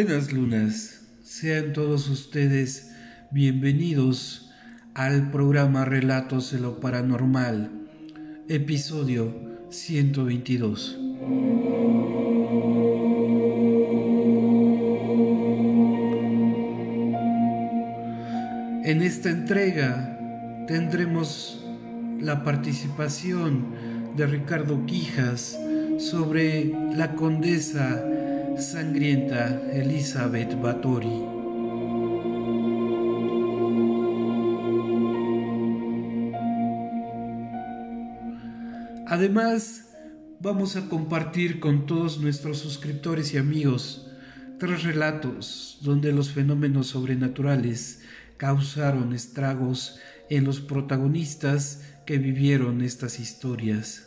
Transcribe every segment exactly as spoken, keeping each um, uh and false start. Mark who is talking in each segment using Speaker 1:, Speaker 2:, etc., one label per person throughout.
Speaker 1: Buenas lunas, sean todos ustedes bienvenidos al programa Relatos de lo Paranormal, episodio ciento veintidós. En esta entrega tendremos la participación de Ricardo Quijas sobre la condesa sangrienta Elizabeth Báthory. Además, vamos a compartir con todos nuestros suscriptores y amigos tres relatos donde los fenómenos sobrenaturales causaron estragos en los protagonistas que vivieron estas historias.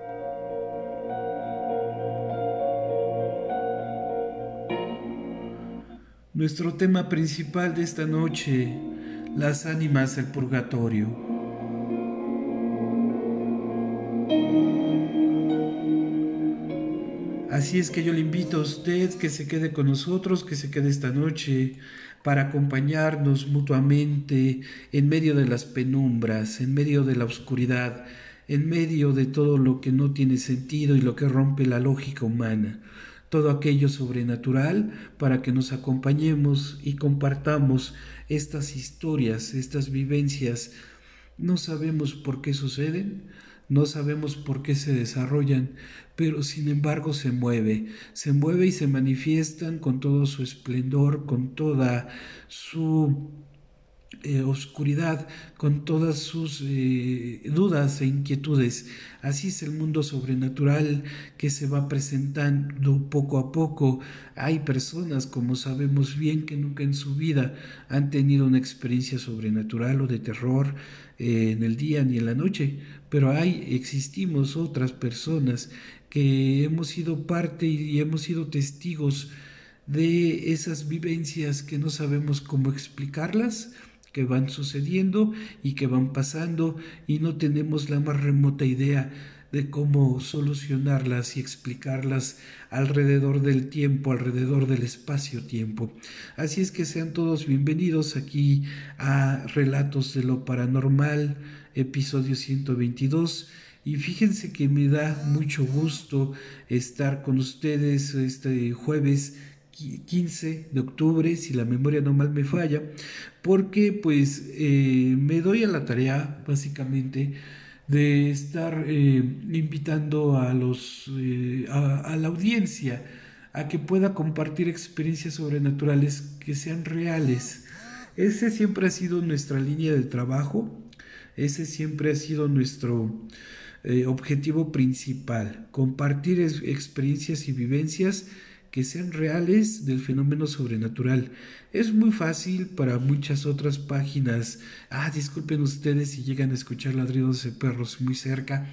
Speaker 1: Nuestro tema principal de esta noche, las ánimas del purgatorio. Así es que yo le invito a usted que se quede con nosotros, que se quede esta noche para acompañarnos mutuamente en medio de las penumbras, en medio de la oscuridad, en medio de todo lo que no tiene sentido y lo que rompe la lógica humana. Todo aquello sobrenatural para que nos acompañemos y compartamos estas historias, estas vivencias. No sabemos por qué suceden, no sabemos por qué se desarrollan, pero sin embargo se mueve, se mueve y se manifiestan con todo su esplendor, con toda su eh, oscuridad, con todas sus eh, dudas e inquietudes. Así es el mundo sobrenatural que se va presentando poco a poco. Hay personas, como sabemos bien, que nunca en su vida han tenido una experiencia sobrenatural o de terror eh, en el día ni en la noche, pero hay, existimos otras personas que hemos sido parte y hemos sido testigos de esas vivencias que no sabemos cómo explicarlas, que van sucediendo y que van pasando y no tenemos la más remota idea de cómo solucionarlas y explicarlas alrededor del tiempo, alrededor del espacio-tiempo. Así es que sean todos bienvenidos aquí a Relatos de lo Paranormal, episodio ciento veintidós. Y fíjense que me da mucho gusto estar con ustedes este jueves quince de octubre, si la memoria no mal me falla, porque pues eh, me doy a la tarea básicamente de estar eh, invitando a los eh, a, a la audiencia a que pueda compartir experiencias sobrenaturales que sean reales. Ese siempre ha sido nuestra línea de trabajo, ese siempre ha sido nuestro eh, objetivo principal, compartir es, experiencias y vivencias que sean reales del fenómeno sobrenatural. Es muy fácil para muchas otras páginas. Ah, disculpen ustedes si llegan a escuchar ladridos de perros muy cerca.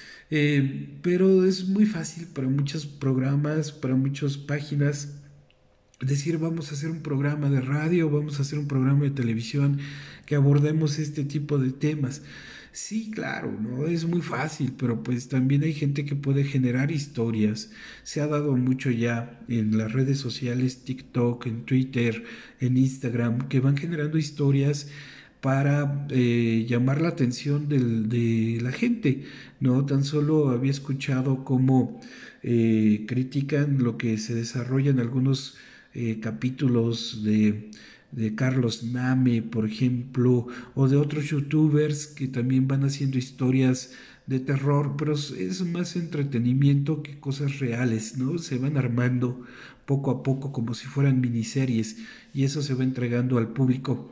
Speaker 1: Eh, pero es muy fácil para muchos programas, para muchas páginas, decir vamos a hacer un programa de radio, vamos a hacer un programa de televisión que abordemos este tipo de temas. Sí, claro, no es muy fácil, pero pues también hay gente que puede generar historias. Se ha dado mucho ya en las redes sociales, TikTok, en Twitter, en Instagram, que van generando historias para eh, llamar la atención del, de la gente, ¿no? Tan solo había escuchado cómo eh, critican lo que se desarrolla en algunos eh, capítulos de... de Carlos Name, por ejemplo, o de otros youtubers que también van haciendo historias de terror, pero es más entretenimiento que cosas reales, ¿no? Se van armando poco a poco como si fueran miniseries y eso se va entregando al público.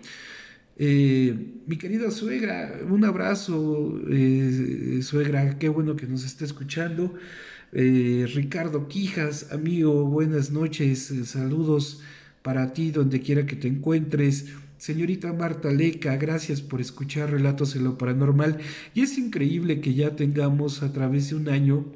Speaker 1: Eh, mi querida suegra, un abrazo, eh, suegra, qué bueno que nos está escuchando. Eh, Ricardo Quijas, amigo, buenas noches, eh, saludos para ti donde quiera que te encuentres. Señorita Marta Leca, gracias por escuchar Relatos de lo Paranormal. Y es increíble que ya tengamos a través de un año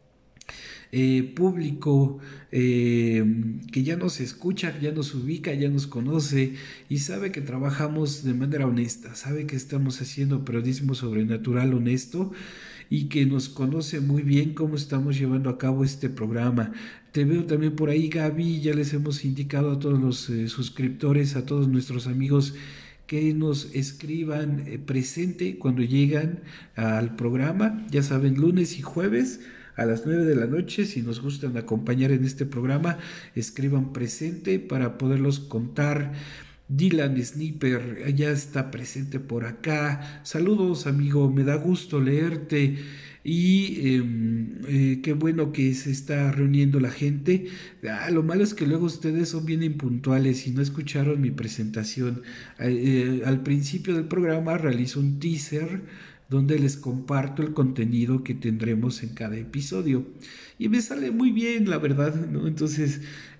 Speaker 1: eh, público eh, que ya nos escucha, ya nos ubica, ya nos conoce y sabe que trabajamos de manera honesta, sabe que estamos haciendo periodismo sobrenatural honesto y que nos conoce muy bien cómo estamos llevando a cabo este programa. Te veo también por ahí, Gaby. Ya les hemos indicado a todos los eh, suscriptores, a todos nuestros amigos, que nos escriban eh, presente cuando llegan al programa. Ya saben, lunes y jueves a las nueve de la noche, si nos gustan acompañar en este programa, escriban presente para poderlos contar. Dylan Sniper ya está presente por acá. Saludos, amigo, me da gusto leerte. Y eh, eh, qué bueno que se está reuniendo la gente. Ah, lo malo es que luego ustedes son bien impuntuales y no escucharon mi presentación. Eh, eh, al principio del programa realizo un teaser donde les comparto el contenido que tendremos en cada episodio. Y me sale muy bien, la verdad, ¿no? Entonces,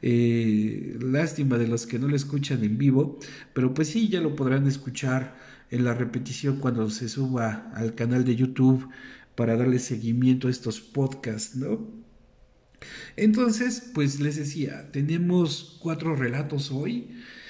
Speaker 1: eh, lástima de los que no lo escuchan en vivo, pero pues sí, ya lo podrán escuchar en la repetición cuando se suba al canal de YouTube para darle seguimiento a estos podcasts, ¿no? Entonces, pues les decía, tenemos cuatro relatos hoy.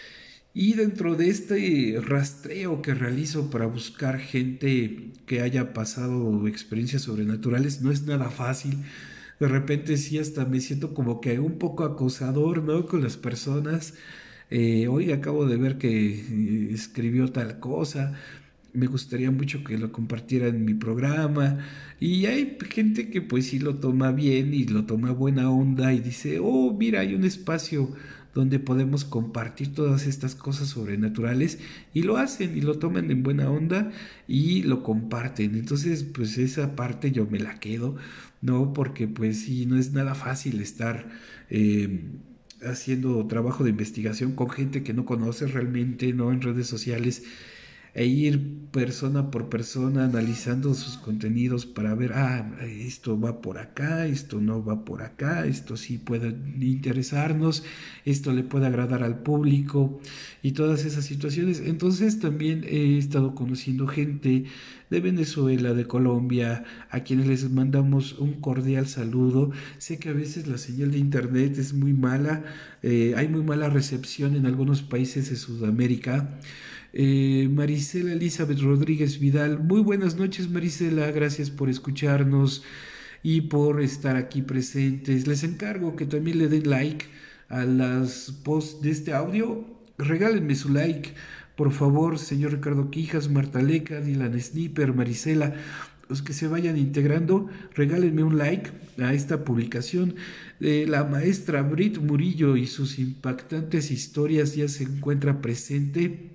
Speaker 1: Y dentro de este rastreo que realizo para buscar gente que haya pasado experiencias sobrenaturales, no es nada fácil. De repente sí hasta me siento como que un poco acosador, ¿no? Con las personas. Eh, hoy acabo de ver que eh, escribió tal cosa. Me gustaría mucho que lo compartiera en mi programa. Y hay gente que pues sí lo toma bien y lo toma buena onda y dice, oh, mira, hay un espacio donde podemos compartir todas estas cosas sobrenaturales, y lo hacen y lo toman en buena onda y lo comparten. Entonces pues esa parte yo me la quedo, ¿no? Porque pues sí, no es nada fácil estar eh, haciendo trabajo de investigación con gente que no conoces realmente, ¿no? En redes sociales, e ir persona por persona analizando sus contenidos para ver, ah, esto va por acá, esto no va por acá, esto sí puede interesarnos, esto le puede agradar al público y todas esas situaciones. Entonces también he estado conociendo gente de Venezuela, de Colombia, a quienes les mandamos un cordial saludo. Sé que a veces la señal de internet es muy mala, eh, hay muy mala recepción en algunos países de Sudamérica. Eh, Marisela Elizabeth Rodríguez Vidal, muy buenas noches, Marisela, gracias por escucharnos y por estar aquí presentes. Les encargo que también le den like a las posts de este audio. Regálenme su like, por favor, señor Ricardo Quijas, Marta Leca, Dylan Sniper, Marisela. Los que se vayan integrando, regálenme un like a esta publicación. Eh, la maestra Brit Murillo y sus impactantes historias ya se encuentra presente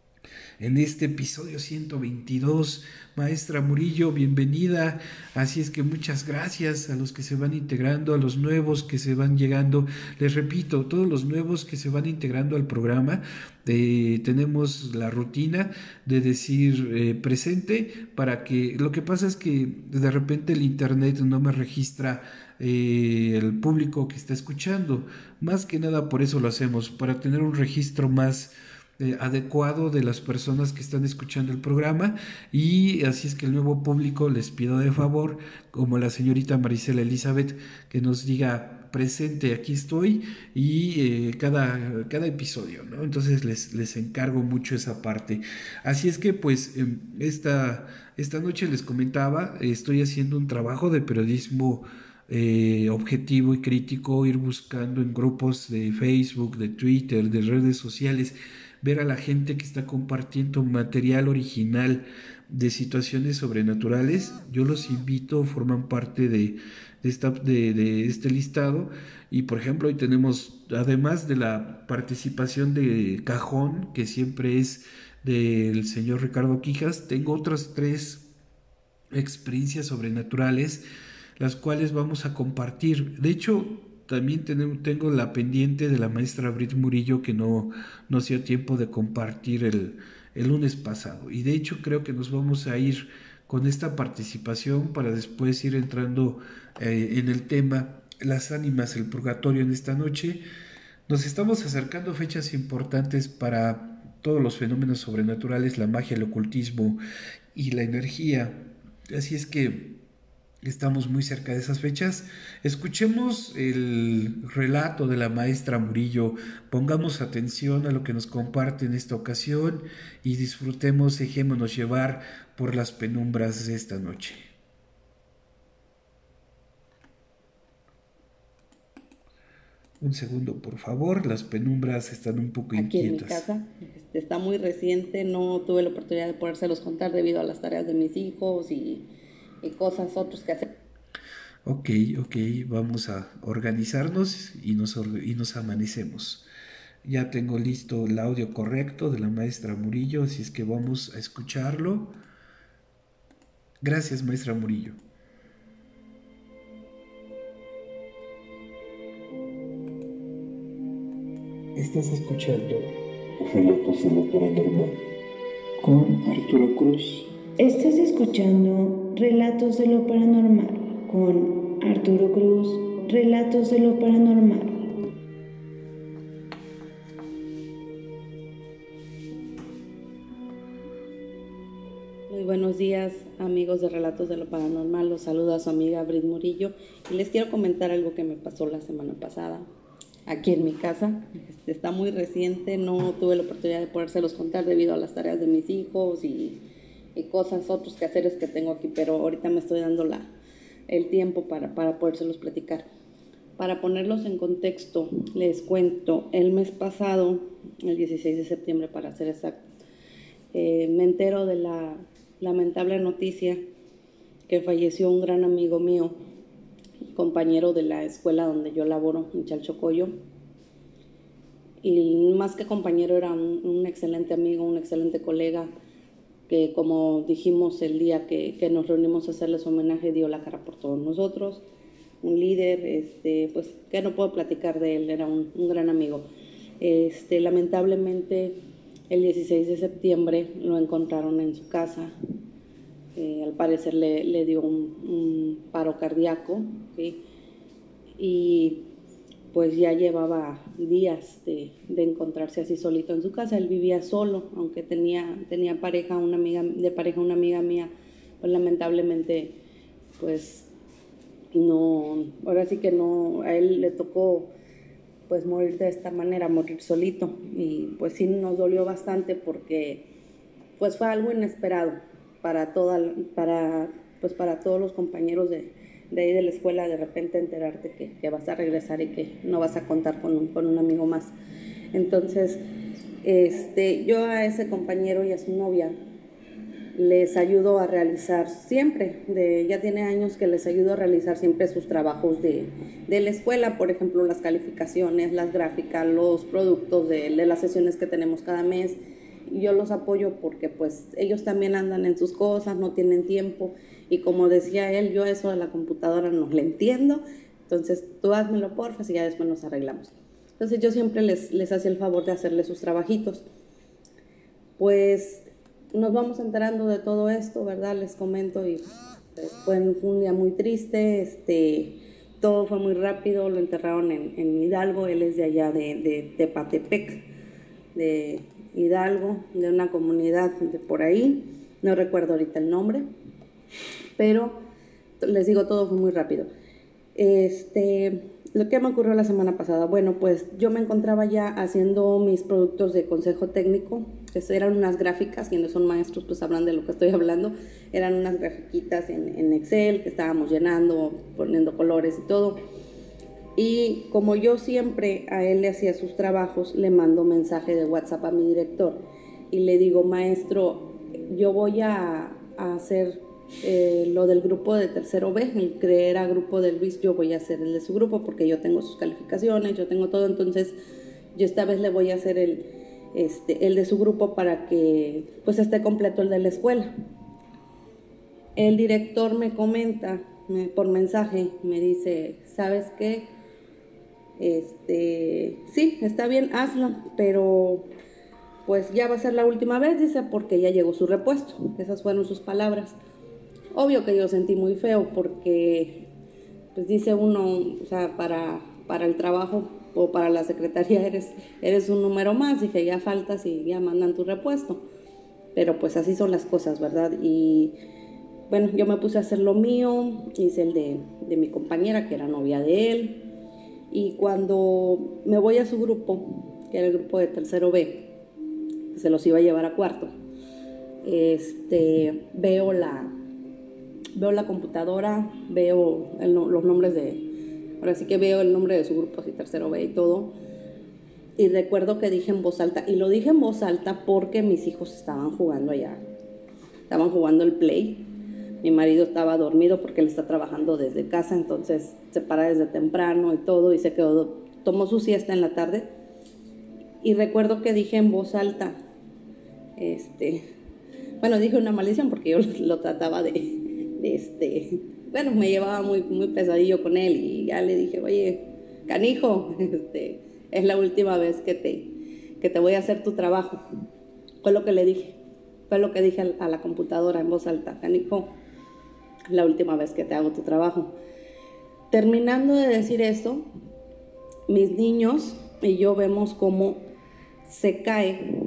Speaker 1: en este episodio ciento veintidós. Maestra Murillo, bienvenida. Así es que muchas gracias a los que se van integrando, a los nuevos que se van llegando. Les repito, todos los nuevos que se van integrando al programa, eh, tenemos la rutina de decir eh, presente, para que lo que pasa es que de repente el internet no me registra eh, el público que está escuchando. Más que nada por eso lo hacemos, para tener un registro más Eh, adecuado de las personas que están escuchando el programa. Y así es que el nuevo público les pido de favor, como la señorita Marisela Elizabeth, que nos diga presente, aquí estoy, y eh, cada, cada episodio, ¿no? Entonces les, les encargo mucho esa parte. Así es que pues eh, esta, esta noche les comentaba, estoy haciendo un trabajo de periodismo Eh, objetivo y crítico, ir buscando en grupos de Facebook, de Twitter, de redes sociales, ver a la gente que está compartiendo material original de situaciones sobrenaturales. Yo los invito, forman parte de, de, esta, de, de este listado. Y por ejemplo, hoy tenemos, además de la participación de Cajón, que siempre es del señor Ricardo Quijas, tengo otras tres experiencias sobrenaturales, las cuales vamos a compartir. De hecho, también tenemos, tengo la pendiente de la maestra Brit Murillo, que no, no se dio tiempo de compartir el, el lunes pasado. Y de hecho creo que nos vamos a ir con esta participación para después ir entrando eh, en el tema las ánimas, el purgatorio en esta noche. Nos estamos acercando a fechas importantes para todos los fenómenos sobrenaturales, la magia, el ocultismo y la energía. Así es que estamos muy cerca de esas fechas. Escuchemos el relato de la maestra Murillo, pongamos atención a lo que nos comparte en esta ocasión y disfrutemos, dejémonos llevar por las penumbras de esta noche. Un segundo, por favor, las penumbras están un poco
Speaker 2: Aquí en mi
Speaker 1: inquietas.
Speaker 2: casa. Este, está muy reciente, no tuve la oportunidad de podérselos contar debido a las tareas de mis hijos y, y cosas otros que hacer.
Speaker 1: Ok, ok, vamos a organizarnos y nos, or- y nos amanecemos. Ya tengo listo el audio correcto de la maestra Murillo, así es que vamos a escucharlo. Gracias, maestra Murillo. Estás escuchando Relatos de lo Paranormal con Arturo Cruz.
Speaker 3: Estás escuchando Relatos de lo Paranormal con Arturo Cruz. Relatos de lo Paranormal.
Speaker 2: Muy buenos días, amigos de Relatos de lo Paranormal. Los saluda su amiga Brit Murillo y les quiero comentar algo que me pasó la semana pasada aquí en mi casa. Este, está muy reciente, no tuve la oportunidad de podérselos contar debido a las tareas de mis hijos y, y cosas, otros quehaceres que tengo aquí, pero ahorita me estoy dando la, el tiempo para, para podérselos platicar. Para ponerlos en contexto, les cuento, el mes pasado, el dieciséis de septiembre para ser exacto, eh, me entero de la lamentable noticia que falleció un gran amigo mío, compañero de la escuela donde yo laboro, en Chalchocoyo, y más que compañero era un, un excelente amigo, un excelente colega, que como dijimos el día que, que nos reunimos a hacerles homenaje, dio la cara por todos nosotros, un líder, este, pues que no puedo platicar de él, era un, un gran amigo. Este, lamentablemente el dieciséis de septiembre lo encontraron en su casa. Eh, al parecer le, le dio un, un paro cardíaco, ¿sí? Y pues ya llevaba días de, de encontrarse así solito en su casa. Él vivía solo, aunque tenía, tenía pareja, una amiga de pareja, una amiga mía, pues lamentablemente, pues no, ahora sí que no, a él le tocó pues morir de esta manera, morir solito, y pues sí nos dolió bastante porque pues fue algo inesperado para toda, para, pues para todos los compañeros de, de ahí de la escuela, de repente enterarte que, que vas a regresar y que no vas a contar con un, con un amigo más. Entonces, este, yo a ese compañero y a su novia les ayudo a realizar siempre, de, ya tiene años que les ayudo a realizar siempre sus trabajos de, de la escuela, por ejemplo, las calificaciones, las gráficas, los productos de, de las sesiones que tenemos cada mes. Y yo los apoyo porque pues ellos también andan en sus cosas, no tienen tiempo, y como decía él, yo eso de la computadora no le entiendo, entonces tú házmelo porfa y ya después nos arreglamos. Entonces yo siempre les, les hacía el favor de hacerles sus trabajitos. Pues nos vamos enterando de todo esto, ¿verdad? Les comento, y pues, fue un día muy triste, este, todo fue muy rápido, lo enterraron en, en Hidalgo, él es de allá de, de Tepatepec, de Hidalgo, de una comunidad de por ahí, no recuerdo ahorita el nombre, pero les digo, todo fue muy rápido. Este, lo que me ocurrió la semana pasada, bueno, pues yo me encontraba ya haciendo mis productos de consejo técnico, que eran unas gráficas, quienes son maestros pues hablan de lo que estoy hablando, eran unas grafiquitas en, en Excel que estábamos llenando, poniendo colores y todo. Y como yo siempre a él le hacía sus trabajos, le mando mensaje de WhatsApp a mi director y le digo, maestro, yo voy a, a hacer eh, lo del grupo de tercero B, el que era grupo de Luis, yo voy a hacer el de su grupo porque yo tengo sus calificaciones, yo tengo todo, entonces yo esta vez le voy a hacer el, este, el de su grupo para que pues esté completo el de la escuela. El director me comenta me, por mensaje, me dice, ¿sabes qué? Este, sí, está bien, hazlo, pero pues ya va a ser la última vez, dice, porque ya llegó su repuesto. Esas fueron sus palabras. Obvio que yo sentí muy feo porque, pues dice uno, o sea, para, para el trabajo o para la secretaría eres, eres un número más. Dije, ya faltas y ya mandan tu repuesto. Pero pues así son las cosas, ¿verdad? Y bueno, yo me puse a hacer lo mío, hice el de, de mi compañera, que era novia de él. Y cuando me voy a su grupo, que era el grupo de tercero B, que se los iba a llevar a cuarto, este, veo la, veo la computadora, veo el, los nombres de, ahora sí que veo el nombre de su grupo, así tercero B y todo, y recuerdo que dije en voz alta, y lo dije en voz alta porque mis hijos estaban jugando allá, estaban jugando el play, mi marido estaba dormido porque él está trabajando desde casa, entonces se para desde temprano y todo, y se quedó, tomó su siesta en la tarde, y recuerdo que dije en voz alta, este, bueno, dije una maldición porque yo lo trataba de, de este, bueno, me llevaba muy, muy pesadillo con él, y ya le dije, oye, canijo, este, es la última vez que te, que te voy a hacer tu trabajo. Fue lo que le dije, fue lo que dije a la computadora en voz alta, canijo, la última vez que te hago tu trabajo. Terminando de decir esto, mis niños y yo vemos cómo se cae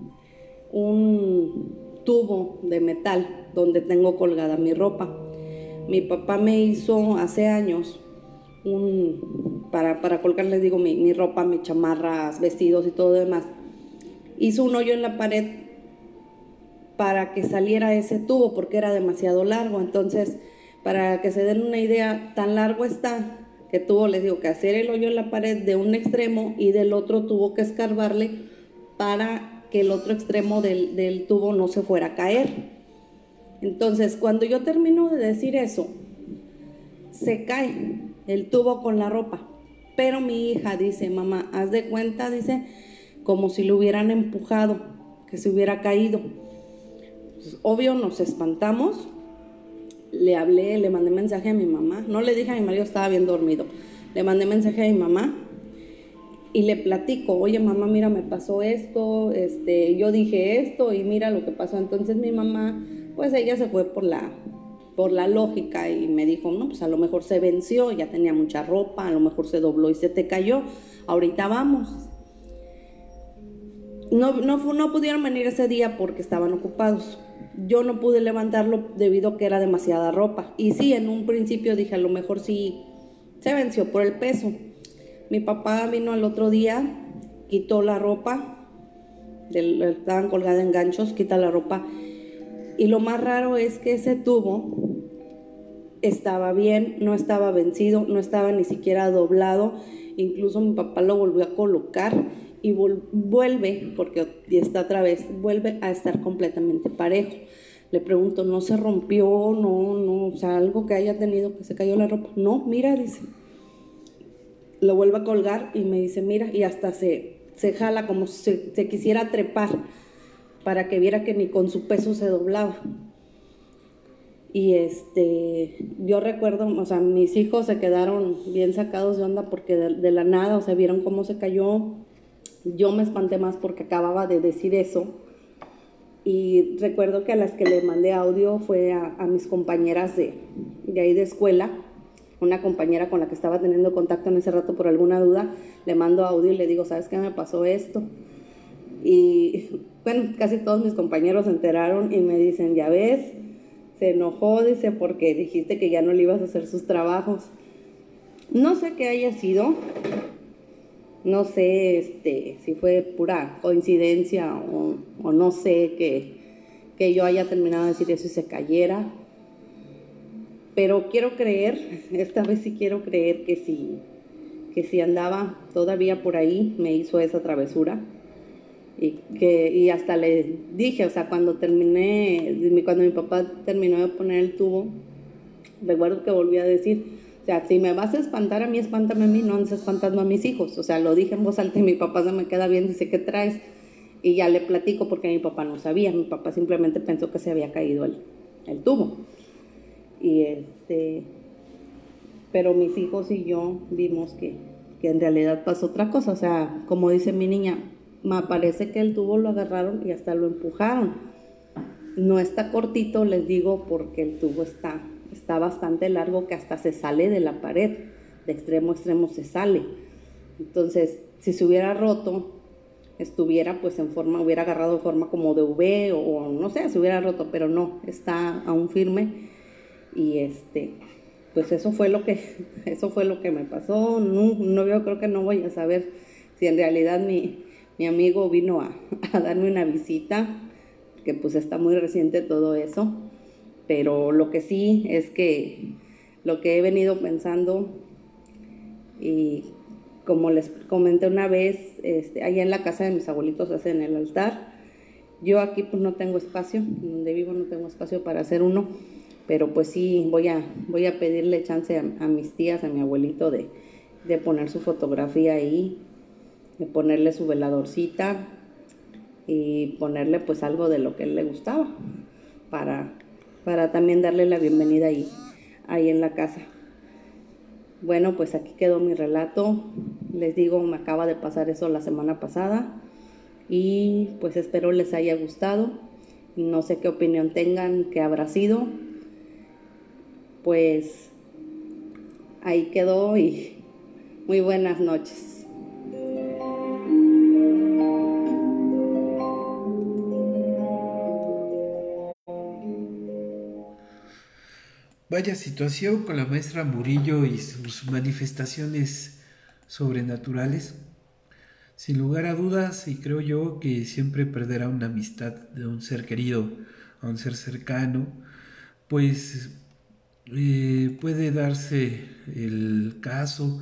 Speaker 2: un tubo de metal donde tengo colgada mi ropa. Mi papá me hizo hace años un, para, para colgar, les digo, mi, mi ropa, mis chamarras, vestidos y todo lo demás. Hizo un hoyo en la pared para que saliera ese tubo porque era demasiado largo. Entonces, para que se den una idea, tan largo está que tuvo, les digo, que hacer el hoyo en la pared de un extremo y del otro tuvo que escarbarle para que el otro extremo del, del tubo no se fuera a caer. Entonces, cuando yo termino de decir eso, se cae el tubo con la ropa, pero mi hija dice, mamá, haz de cuenta, dice, como si lo hubieran empujado, que se hubiera caído. Pues, obvio, nos espantamos. Le hablé, le mandé mensaje a mi mamá, no le dije a mi marido, estaba bien dormido, le mandé mensaje a mi mamá y le platico, oye mamá, mira, me pasó esto, este, yo dije esto y mira lo que pasó. Entonces mi mamá, pues ella se fue por la, por la lógica y me dijo, no, pues a lo mejor se venció, ya tenía mucha ropa, a lo mejor se dobló y se te cayó, ahorita vamos. No, no, no pudieron venir ese día porque estaban ocupados. Yo no pude levantarlo debido a que era demasiada ropa. Y sí, en un principio dije, a lo mejor sí se venció por el peso. Mi papá vino al otro día, quitó la ropa, del, estaban colgada en ganchos, quita la ropa. Y lo más raro es que ese tubo estaba bien, no estaba vencido, no estaba ni siquiera doblado. Incluso mi papá lo volvió a colocar y vuelve, porque está otra vez, vuelve a estar completamente parejo. Le pregunto, ¿no se rompió? No, no, o sea, algo que haya tenido, que se cayó la ropa. No, mira, dice. Lo vuelve a colgar y me dice, mira, y hasta se, se jala como si se, se quisiera trepar para que viera que ni con su peso se doblaba. Y este, yo recuerdo, o sea, mis hijos se quedaron bien sacados de onda porque de, de la nada, o sea, vieron cómo se cayó. Yo me espanté más porque acababa de decir eso. Y recuerdo que a las que le mandé audio fue a, a mis compañeras de, de ahí de escuela. Una compañera con la que estaba teniendo contacto en ese rato por alguna duda, le mando audio y le digo, ¿sabes qué me pasó esto? Y bueno, casi todos mis compañeros se enteraron y me dicen, ya ves, se enojó, dice, porque dijiste que ya no le ibas a hacer sus trabajos. No sé qué haya sido. No sé este, si fue pura coincidencia o, o no sé que, que yo haya terminado de decir eso y se cayera. Pero quiero creer, esta vez sí quiero creer que si, que si andaba todavía por ahí, me hizo esa travesura. Y, que, y hasta le dije, o sea, cuando terminé, cuando mi papá terminó de poner el tubo, recuerdo que volví a decir, o sea, si me vas a espantar a mí, espántame a mí, no andes espantando a mis hijos. O sea, lo dije en voz alta y mi papá se me queda bien, dice, ¿qué traes? Y ya le platico porque mi papá no sabía, mi papá simplemente pensó que se había caído el, el tubo. Y este, pero mis hijos y yo vimos que, que en realidad pasó otra cosa. O sea, como dice mi niña, me parece que el tubo lo agarraron y hasta lo empujaron. No está cortito, les digo, porque el tubo está... está bastante largo que hasta se sale de la pared, de extremo a extremo se sale. Entonces, si se hubiera roto, estuviera pues en forma, hubiera agarrado de forma como de V o, o no sé, se hubiera roto, pero no, está aún firme. Y este, pues eso fue lo que, eso fue lo que me pasó. No, no, yo creo que no voy a saber si en realidad mi, mi amigo vino a, a darme una visita, que pues está muy reciente todo eso. Pero lo que sí es que lo que he venido pensando Y como les comenté una vez, este, allá en la casa de mis abuelitos hacen el altar. Yo aquí pues no tengo espacio, donde vivo no tengo espacio para hacer uno, pero pues sí voy a, voy a pedirle chance a, a mis tías, a mi abuelito de, de poner su fotografía ahí, de ponerle su veladorcita y ponerle pues algo de lo que a él le gustaba para, para también darle la bienvenida ahí, ahí en la casa. Bueno, pues aquí quedó mi relato. Les digo, me acaba de pasar eso la semana pasada y pues espero les haya gustado. No sé qué opinión tengan, qué habrá sido. Pues ahí quedó y muy buenas noches.
Speaker 1: Vaya situación con la maestra Murillo y sus manifestaciones sobrenaturales. Sin lugar a dudas, y creo yo que siempre perderá una amistad de un ser querido a un ser cercano, pues eh, puede darse el caso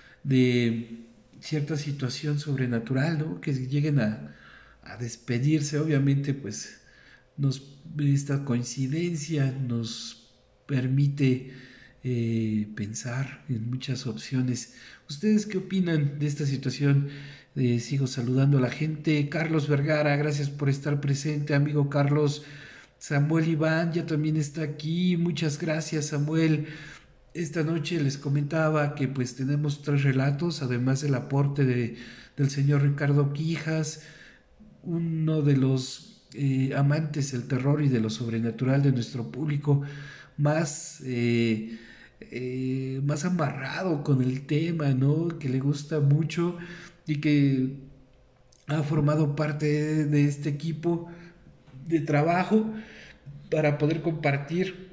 Speaker 1: de cierta situación sobrenatural, ¿no? Que lleguen a, a despedirse. Obviamente, pues nos, esta coincidencia nos permite eh, pensar en muchas opciones. ¿Ustedes qué opinan de esta situación? Eh, sigo saludando a la gente. Carlos Vergara, gracias por estar presente, amigo Carlos. Samuel Iván ya también está aquí. Muchas gracias, Samuel. Esta noche les comentaba que pues tenemos tres relatos, además del aporte de, del señor Ricardo Quijas, uno de los eh, amantes del terror y de lo sobrenatural de nuestro público, más, eh, eh, más amarrado con el tema, ¿no? Que le gusta mucho y que ha formado parte de, de este equipo de trabajo para poder compartir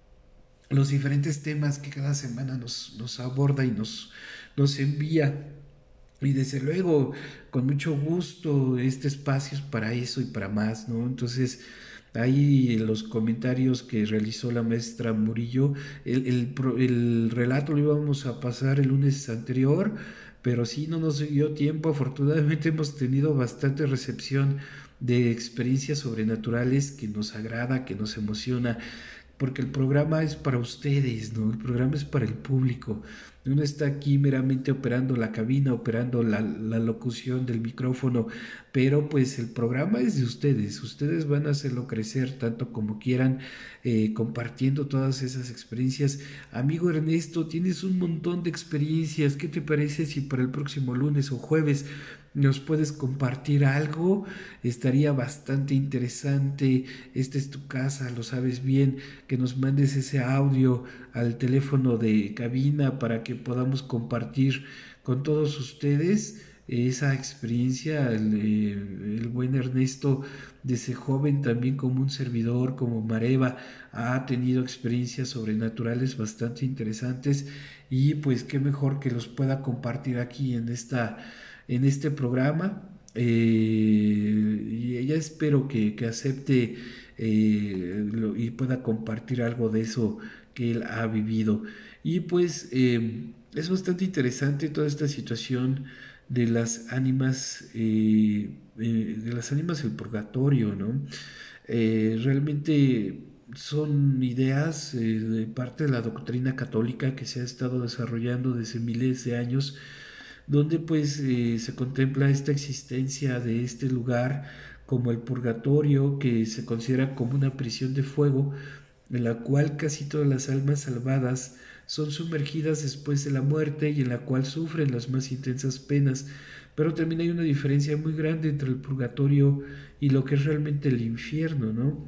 Speaker 1: los diferentes temas que cada semana nos, nos aborda y nos, nos envía. Y desde luego, con mucho gusto, este espacio es para eso y para más, ¿no? Entonces, ahí en los comentarios que realizó la maestra Murillo, el, el, el relato lo íbamos a pasar el lunes anterior, pero sí no nos dio tiempo. Afortunadamente hemos tenido bastante recepción de experiencias sobrenaturales que nos agrada, que nos emociona, porque el programa es para ustedes, ¿no? El programa es para el público. Uno está aquí meramente operando la cabina, operando la, la locución del micrófono, pero pues el programa es de ustedes. Ustedes van a hacerlo crecer tanto como quieran, eh, compartiendo todas esas experiencias. Amigo Ernesto, tienes un montón de experiencias. ¿Qué te parece si para el próximo lunes o jueves nos puedes compartir algo? Estaría bastante interesante. Esta es tu casa, lo sabes bien. Que nos mandes ese audio al teléfono de cabina para que podamos compartir con todos ustedes esa experiencia. El, el buen Ernesto, desde joven, también como un servidor, como Mareva, ha tenido experiencias sobrenaturales bastante interesantes, y pues qué mejor que los pueda compartir aquí en esta en este programa. Eh, y ella espero que, que acepte eh, lo, y pueda compartir algo de eso que él ha vivido. Y pues eh, es bastante interesante toda esta situación de las ánimas, eh, eh, de las ánimas del purgatorio, ¿no? Eh, realmente son ideas eh, de parte de la doctrina católica que se ha estado desarrollando desde miles de años, donde pues eh, se contempla esta existencia de este lugar como el purgatorio, que se considera como una prisión de fuego en la cual casi todas las almas salvadas son sumergidas después de la muerte y en la cual sufren las más intensas penas. Pero también hay una diferencia muy grande entre el purgatorio y lo que es realmente el infierno, ¿no?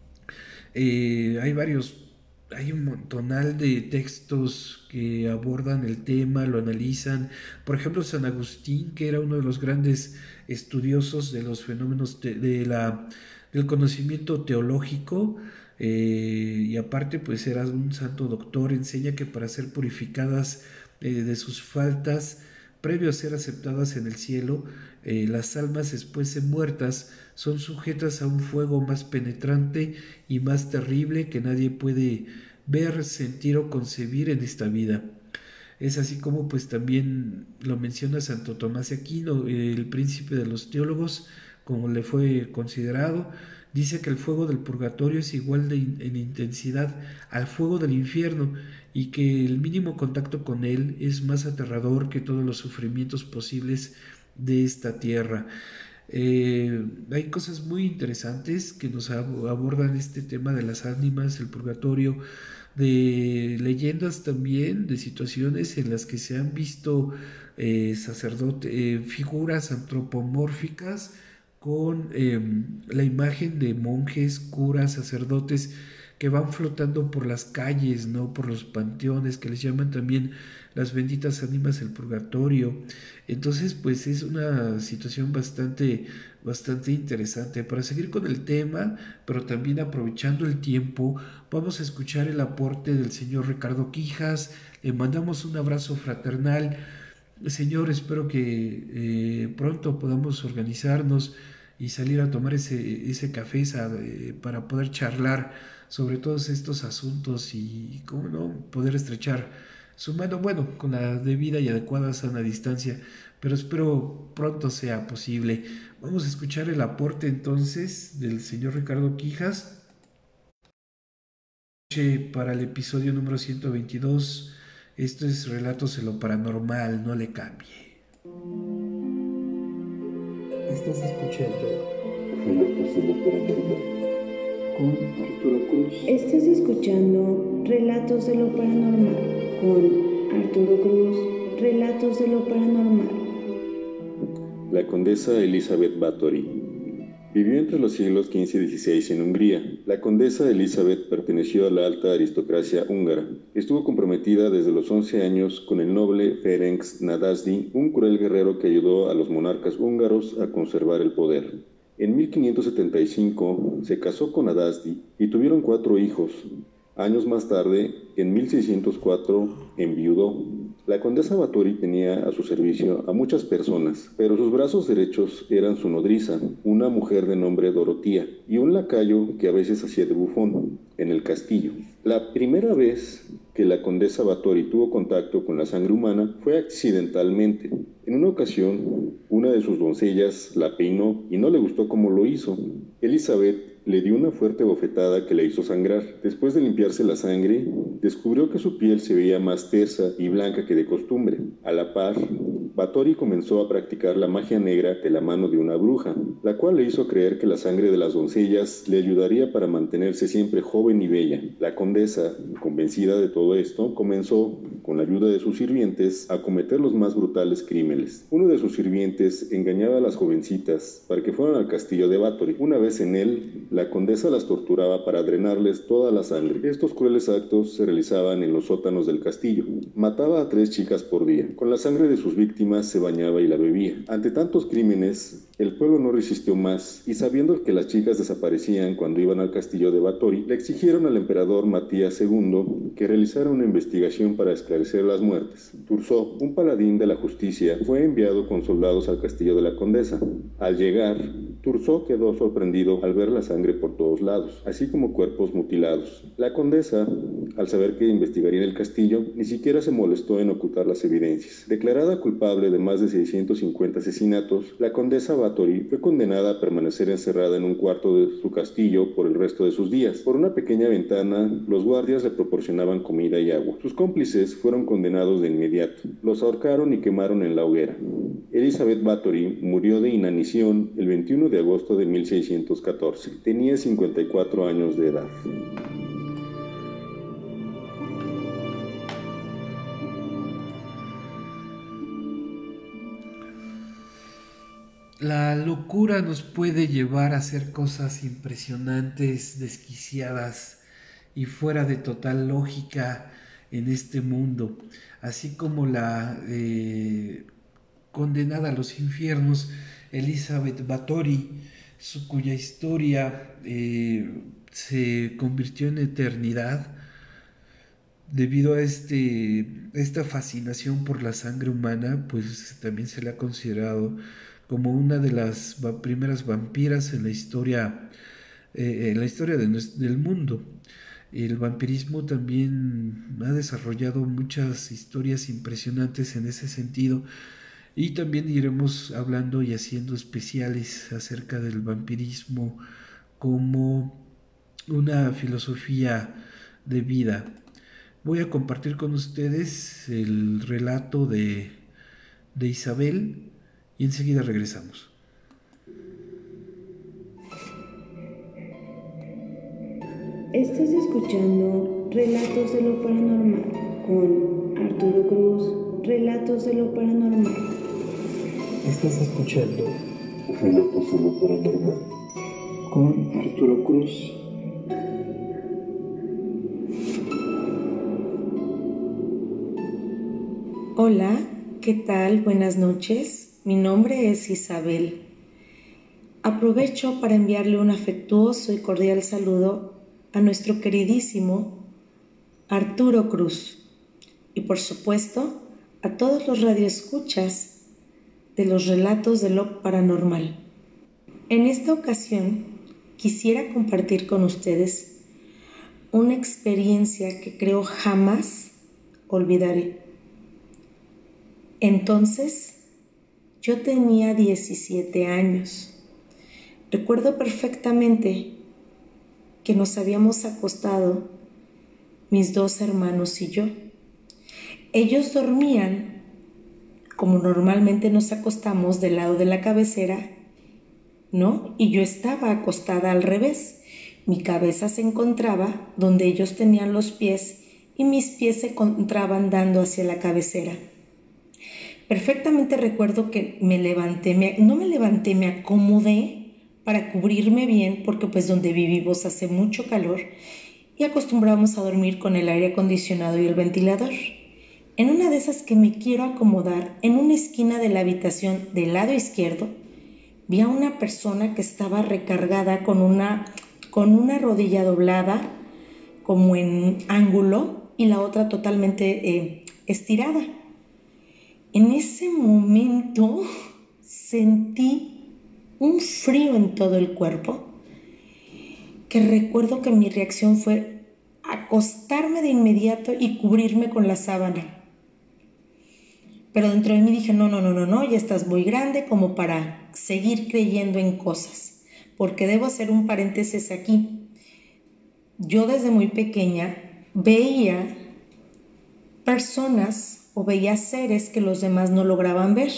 Speaker 1: Eh, hay varios hay un montonal de textos que abordan el tema, lo analizan. Por ejemplo, San Agustín, que era uno de los grandes estudiosos de los fenómenos de, de la, del conocimiento teológico, eh, y aparte pues era un santo doctor, enseña que para ser purificadas eh, de sus faltas, previo a ser aceptadas en el cielo, eh, las almas después de muertas son sujetas a un fuego más penetrante y más terrible que nadie puede ver, sentir o concebir en esta vida. Es así como pues también lo menciona Santo Tomás de Aquino, el príncipe de los teólogos, como le fue considerado. Dice que el fuego del purgatorio es igual de in, en intensidad al fuego del infierno y que el mínimo contacto con él es más aterrador que todos los sufrimientos posibles de esta tierra. Eh, hay cosas muy interesantes que nos abordan este tema de las ánimas, el purgatorio, de leyendas también, de situaciones en las que se han visto eh, sacerdotes, eh, figuras antropomórficas con eh, la imagen de monjes, curas, sacerdotes que van flotando por las calles, ¿no? Por los panteones, que les llaman también las benditas ánimas del purgatorio. Entonces, pues es una situación bastante, bastante interesante. Para seguir con el tema, pero también aprovechando el tiempo, vamos a escuchar el aporte del señor Ricardo Quijas. Le mandamos un abrazo fraternal. Señor, espero que eh, pronto podamos organizarnos y salir a tomar ese, ese café eh, para poder charlar sobre todos estos asuntos y, cómo no, poder estrechar su mano, bueno, con la debida y adecuada sana distancia, pero espero pronto sea posible. Vamos a escuchar el aporte entonces del señor Ricardo Quijas para el episodio número ciento veintidós. Esto es Relatos de lo Paranormal, no le cambie.
Speaker 4: Estás escuchando Relatos de lo Paranormal con Arturo Cruz.
Speaker 3: Estás escuchando Relatos de lo Paranormal con Arturo Cruz. Relatos de lo Paranormal.
Speaker 5: La condesa Elizabeth Báthory vivió entre los siglos quince y dieciséis en Hungría. La condesa Elizabeth perteneció a la alta aristocracia húngara. Estuvo comprometida desde los once años con el noble Ferenc Nadasdy, un cruel guerrero que ayudó a los monarcas húngaros a conservar el poder. En mil quinientos setenta y cinco se casó con Nadasdy y tuvieron cuatro hijos. Años más tarde, en mil seiscientos cuatro, enviudó. La condesa Báthory tenía a su servicio a muchas personas, pero sus brazos derechos eran su nodriza, una mujer de nombre Dorotía, y un lacayo que a veces hacía de bufón en el castillo. La primera vez que la condesa Báthory tuvo contacto con la sangre humana fue accidentalmente. En una ocasión, una de sus doncellas la peinó y no le gustó cómo lo hizo. Elizabeth le dio una fuerte bofetada que la hizo sangrar. Después de limpiarse la sangre, descubrió que su piel se veía más tersa y blanca que de costumbre. A la par, Báthory comenzó a practicar la magia negra de la mano de una bruja, la cual le hizo creer que la sangre de las doncellas le ayudaría para mantenerse siempre joven y bella. La condesa, convencida de todo esto, comenzó, con la ayuda de sus sirvientes, a cometer los más brutales crímenes. Uno de sus sirvientes engañaba a las jovencitas para que fueran al castillo de Báthory. Una vez en él, la condesa las torturaba para drenarles toda la sangre. Estos crueles actos se realizaban en los sótanos del castillo. Mataba a tres chicas por día. Con la sangre de sus víctimas se bañaba y la bebía. Ante tantos crímenes, el pueblo no resistió más, y sabiendo que las chicas desaparecían cuando iban al castillo de Báthory, le exigieron al emperador Matías segundo que realizara una investigación para esclarecer las muertes. Thurzó, un paladín de la justicia, fue enviado con soldados al castillo de la condesa. Al llegar, Thurzó quedó sorprendido al ver la sangre por todos lados, así como cuerpos mutilados. La condesa, al saber que investigaría en el castillo, ni siquiera se molestó en ocultar las evidencias. Declarada culpable de más de seiscientos cincuenta asesinatos, la condesa Báthory fue condenada a permanecer encerrada en un cuarto de su castillo por el resto de sus días. Por una pequeña ventana, los guardias le proporcionaban comida y agua. Sus cómplices fueron condenados de inmediato. Los ahorcaron y quemaron en la hoguera. Elizabeth Báthory murió de inanición el veintiuno de agosto de mil seiscientos catorce. Tenía cincuenta y cuatro años de edad.
Speaker 1: La locura nos puede llevar a hacer cosas impresionantes, desquiciadas y fuera de total lógica en este mundo, así como la eh, condenada a los infiernos Elizabeth Báthory, su, cuya historia eh, se convirtió en eternidad debido a este, esta fascinación por la sangre humana, pues también se le ha considerado como una de las primeras vampiras en la historia, eh, en la historia de nuestro, del mundo. El vampirismo también ha desarrollado muchas historias impresionantes en ese sentido, y también iremos hablando y haciendo especiales acerca del vampirismo como una filosofía de vida. Voy a compartir con ustedes el relato de, de Isabel y enseguida regresamos.
Speaker 3: Estás escuchando Relatos de lo Paranormal con Arturo Cruz. Relatos de lo Paranormal.
Speaker 4: Estás escuchando Relatos de lo Paranormal con Arturo Cruz.
Speaker 6: Hola, ¿qué tal? Buenas noches. Mi nombre es Isabel. Aprovecho para enviarle un afectuoso y cordial saludo a nuestro queridísimo Arturo Cruz y, por supuesto, a todos los radioescuchas de los Relatos de lo Paranormal. En esta ocasión quisiera compartir con ustedes una experiencia que creo jamás olvidaré. Entonces, yo tenía diecisiete años. Recuerdo perfectamente que nos habíamos acostado mis dos hermanos y yo. Ellos dormían, como normalmente nos acostamos, del lado de la cabecera, ¿no? Y yo estaba acostada al revés. Mi cabeza se encontraba donde ellos tenían los pies y mis pies se encontraban dando hacia la cabecera. Perfectamente recuerdo que me levanté, me, no me levanté, me acomodé para cubrirme bien, porque pues donde vivimos hace mucho calor y acostumbramos a dormir con el aire acondicionado y el ventilador. En una de esas que me quiero acomodar, en una esquina de la habitación del lado izquierdo, vi a una persona que estaba recargada con una, con una rodilla doblada, como en ángulo, y la otra totalmente eh, estirada. En ese momento sentí un frío en todo el cuerpo, que recuerdo que mi reacción fue acostarme de inmediato y cubrirme con la sábana. Pero dentro de mí dije, no, no, no, no, no, ya estás muy grande como para seguir creyendo en cosas, porque debo hacer un paréntesis aquí. Yo desde muy pequeña veía personas o veía seres que los demás no lograban ver.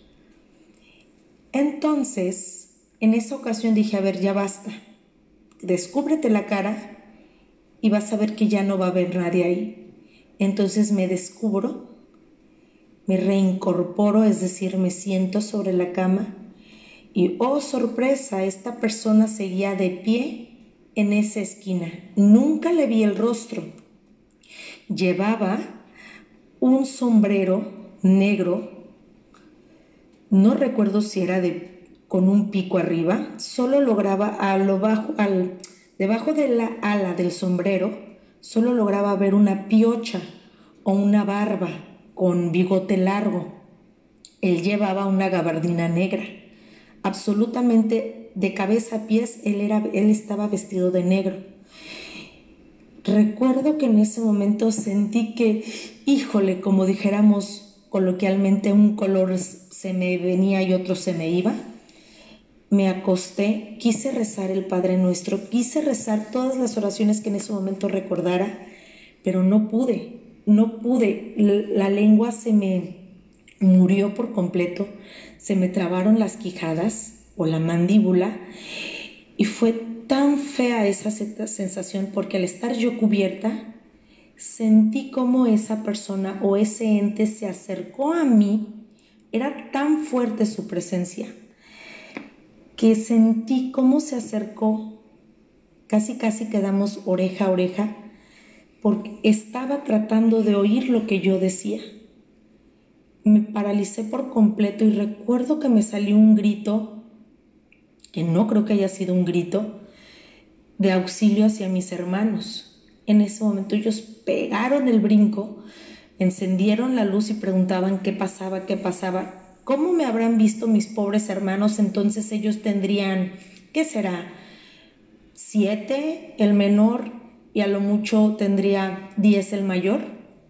Speaker 6: Entonces, en esa ocasión dije, a ver, ya basta. Descúbrete la cara y vas a ver que ya no va a haber nadie ahí. Entonces me descubro, me reincorporo, es decir, me siento sobre la cama y, oh sorpresa, esta persona seguía de pie en esa esquina. Nunca le vi el rostro. Llevaba un sombrero negro, no recuerdo si era de, con un pico arriba, solo lograba a lo bajo, al, debajo de la ala del sombrero, solo lograba ver una piocha o una barba con bigote largo. Él llevaba una gabardina negra, absolutamente de cabeza a pies, él, era, él estaba vestido de negro. Recuerdo que en ese momento sentí que, híjole, como dijéramos coloquialmente, un color se me venía y otro se me iba. Me acosté, quise rezar el Padre Nuestro, quise rezar todas las oraciones que en ese momento recordara, pero no pude, no pude. La lengua se me murió por completo, se me trabaron las quijadas o la mandíbula y fue tan fea esa sensación, porque al estar yo cubierta sentí como esa persona o ese ente se acercó a mí. Era tan fuerte su presencia que sentí cómo se acercó, casi casi quedamos oreja a oreja, porque estaba tratando de oír lo que yo decía. Me paralicé por completo y recuerdo que me salió un grito, que no creo que haya sido un grito, de auxilio hacia mis hermanos. En ese momento ellos pegaron el brinco, encendieron la luz y preguntaban qué pasaba, qué pasaba. ¿Cómo me habrán visto mis pobres hermanos? Entonces ellos tendrían, ¿qué será? Siete, el menor y a lo mucho tendría diez el mayor.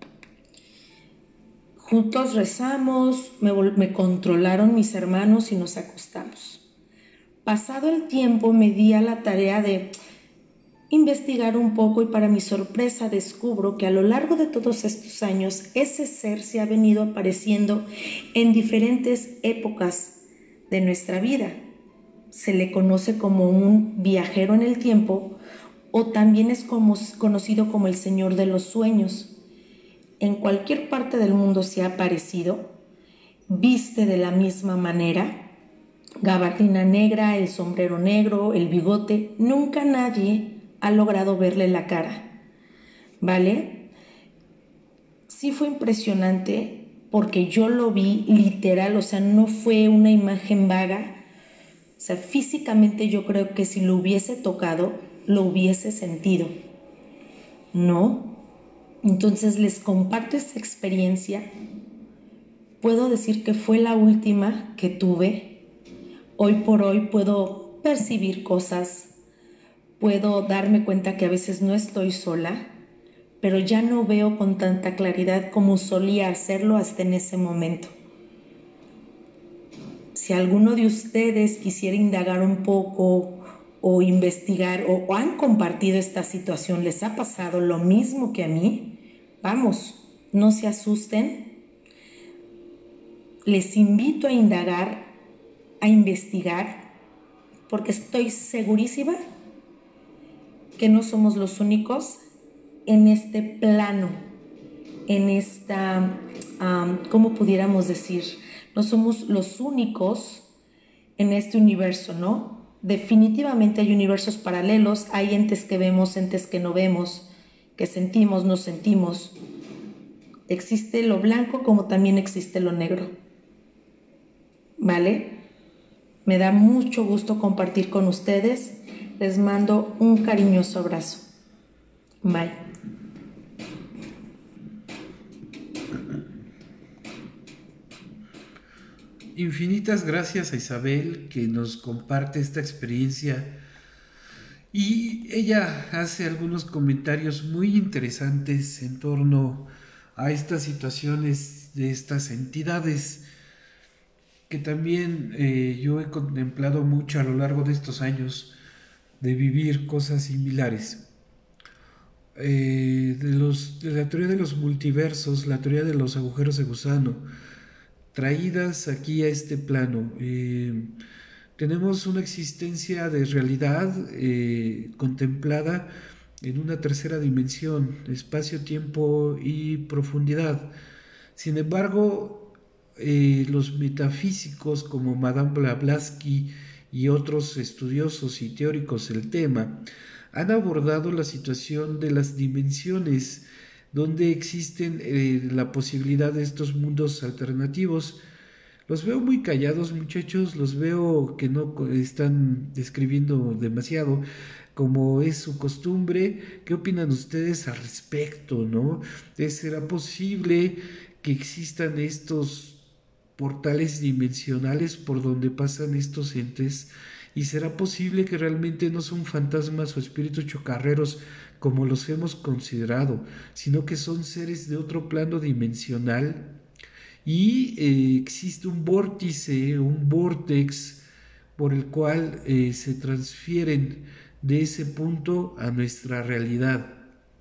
Speaker 6: Juntos rezamos, me, me controlaron mis hermanos y nos acostamos. Pasado el tiempo me di a la tarea de investigar un poco y para mi sorpresa descubro que a lo largo de todos estos años ese ser se ha venido apareciendo en diferentes épocas de nuestra vida. Se le conoce como un viajero en el tiempo o también es como, conocido como el Señor de los Sueños. En cualquier parte del mundo se ha aparecido, viste de la misma manera, gabardina negra, el sombrero negro, el bigote, nunca nadie ha logrado verle la cara, ¿vale? Sí fue impresionante porque yo lo vi literal, o sea, no fue una imagen vaga, o sea, físicamente yo creo que si lo hubiese tocado, lo hubiese sentido, ¿no? Entonces les comparto esta experiencia, puedo decir que fue la última que tuve, hoy por hoy puedo percibir cosas, puedo darme cuenta que a veces no estoy sola, pero ya no veo con tanta claridad como solía hacerlo hasta en ese momento. Si alguno de ustedes quisiera indagar un poco o investigar o, o han compartido esta situación, les ha pasado lo mismo que a mí, vamos, no se asusten. Les invito a indagar, a investigar, porque estoy segurísima que no somos los únicos en este plano, en esta, um, ¿cómo pudiéramos decir? No somos los únicos en este universo, ¿no? Definitivamente hay universos paralelos, hay entes que vemos, entes que no vemos, que sentimos, no sentimos. Existe lo blanco como también existe lo negro, ¿vale? Me da mucho gusto compartir con ustedes. Les mando un cariñoso abrazo. Bye.
Speaker 1: Infinitas gracias a Isabel que nos comparte esta experiencia y ella hace algunos comentarios muy interesantes en torno a estas situaciones de estas entidades que también eh, yo he contemplado mucho a lo largo de estos años de vivir cosas similares. Eh, de, los, de la teoría de los multiversos, la teoría de los agujeros de gusano, traídas aquí a este plano. Eh, tenemos una existencia de realidad eh, contemplada en una tercera dimensión, espacio, tiempo y profundidad. Sin embargo, eh, los metafísicos como Madame Blavatsky y otros estudiosos y teóricos del tema han abordado la situación de las dimensiones donde existen eh, la posibilidad de estos mundos alternativos. Los veo muy callados, muchachos, los veo que no están escribiendo demasiado, como es su costumbre. ¿Qué opinan ustedes al respecto, no? ¿Será posible que existan estos portales dimensionales por donde pasan estos entes? ¿Y será posible que realmente no son fantasmas o espíritus chocarreros como los hemos considerado, sino que son seres de otro plano dimensional? Y eh, existe un vórtice, un vórtex por el cual eh, se transfieren de ese punto a nuestra realidad.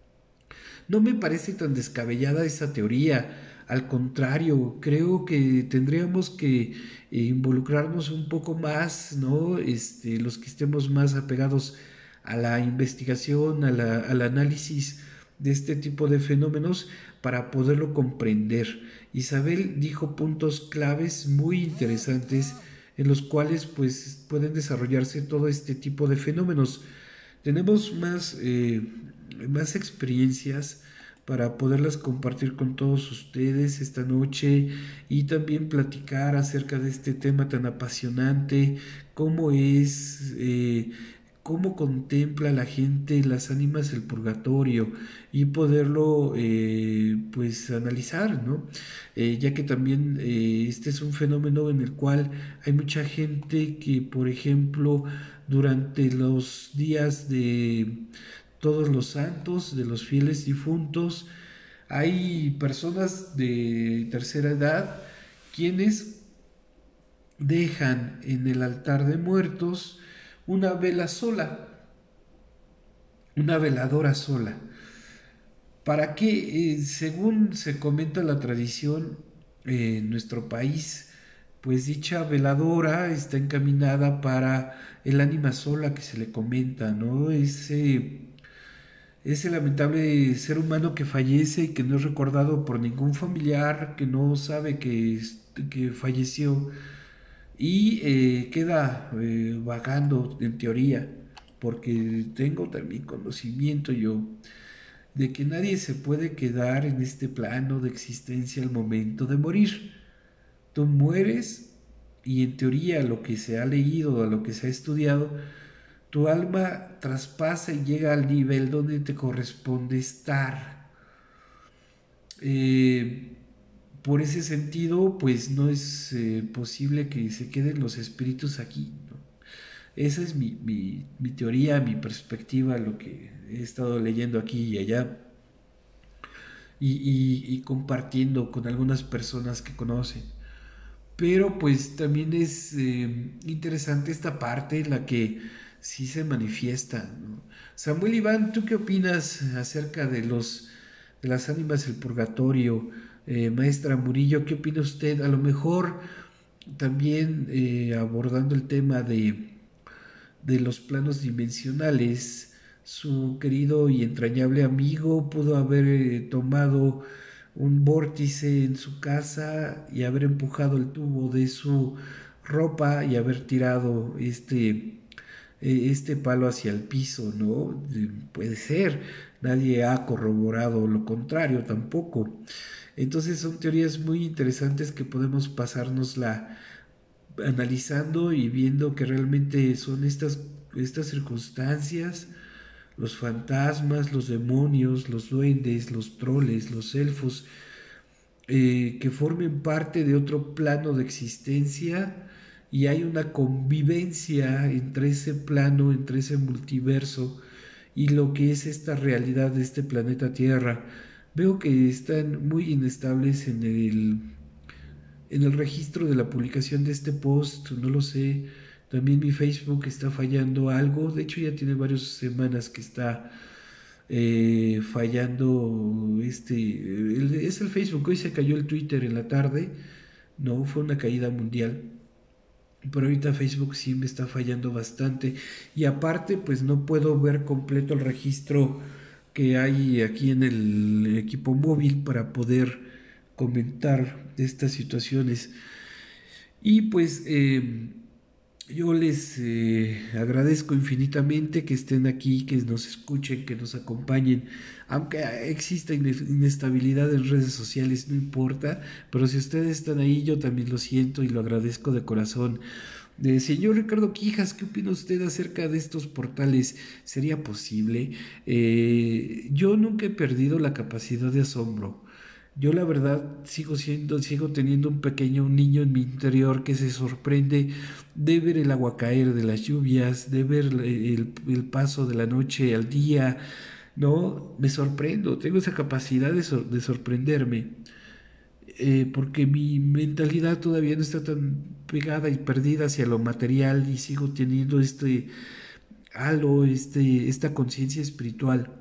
Speaker 1: No me parece tan descabellada esa teoría. Al contrario, creo que tendríamos que eh, involucrarnos un poco más, ¿no? Este, los que estemos más apegados a la investigación, a la, al análisis de este tipo de fenómenos para poderlo comprender. Isabel dijo puntos claves muy interesantes en los cuales pues pueden desarrollarse todo este tipo de fenómenos. Tenemos más, eh, más experiencias para poderlas compartir con todos ustedes esta noche y también platicar acerca de este tema tan apasionante, cómo es, eh, cómo contempla la gente, las ánimas, el purgatorio y poderlo eh, pues analizar, ¿no? Eh, ya que también eh, este es un fenómeno en el cual hay mucha gente que, por ejemplo, durante los días de todos los santos, de los fieles difuntos. Hay personas de tercera edad quienes dejan en el altar de muertos una vela sola, una veladora sola. ¿Para qué? Eh, según se comenta la tradición eh, en nuestro país, pues dicha veladora está encaminada para el ánima sola que se le comenta, ¿no? Ese, ese lamentable ser humano que fallece y que no es recordado por ningún familiar, que no sabe que, que falleció y eh, queda eh, vagando en teoría, porque tengo también conocimiento yo de que nadie se puede quedar en este plano de existencia al momento de morir. Tú mueres y en teoría lo que se ha leído, a lo que se ha estudiado, tu alma traspasa y llega al nivel donde te corresponde estar. Eh, por ese sentido, pues no es eh, posible que se queden los espíritus aquí, ¿no? Esa es mi, mi, mi teoría, mi perspectiva, lo que he estado leyendo aquí y allá y, y, y compartiendo con algunas personas que conocen. Pero pues también es eh, interesante esta parte en la que sí se manifiesta, ¿no? Samuel Iván, ¿tú qué opinas acerca de los de las ánimas del purgatorio? Eh, maestra Murillo, ¿qué opina usted? A lo mejor también eh, abordando el tema de, de los planos dimensionales, su querido y entrañable amigo pudo haber eh, tomado un vórtice en su casa y haber empujado el tubo de su ropa y haber tirado este, este palo hacia el piso, ¿no? Puede ser, nadie ha corroborado lo contrario tampoco. Entonces son teorías muy interesantes que podemos pasárnosla analizando y viendo que realmente son estas, estas circunstancias, los fantasmas, los demonios, los duendes, los troles, los elfos, eh, que formen parte de otro plano de existencia y hay una convivencia entre ese plano, entre ese multiverso y lo que es esta realidad de este planeta Tierra. Veo que están muy inestables en el, en el registro de la publicación de este post, no lo sé. También mi Facebook está fallando algo. De hecho ya tiene varias semanas que está eh, fallando este... El, es el Facebook. Hoy se cayó el Twitter en la tarde. No, fue una caída mundial. Pero ahorita Facebook sí me está fallando bastante. Y aparte pues no puedo ver completo el registro que hay aquí en el equipo móvil para poder comentar estas situaciones. Y pues... Eh, Yo les eh, agradezco infinitamente que estén aquí, que nos escuchen, que nos acompañen. Aunque exista inestabilidad en redes sociales, no importa, pero si ustedes están ahí, yo también lo siento y lo agradezco de corazón. Eh, señor Ricardo Quijas, ¿qué opina usted acerca de estos portales? ¿Sería posible? Eh, yo nunca he perdido la capacidad de asombro. Yo la verdad sigo siendo, sigo teniendo un pequeño un niño en mi interior que se sorprende de ver el agua caer de las lluvias, de ver el, el paso de la noche al día, ¿no? Me sorprendo, tengo esa capacidad de, sor, de sorprenderme, eh, porque mi mentalidad todavía no está tan pegada y perdida hacia lo material y sigo teniendo este halo, este, esta conciencia espiritual.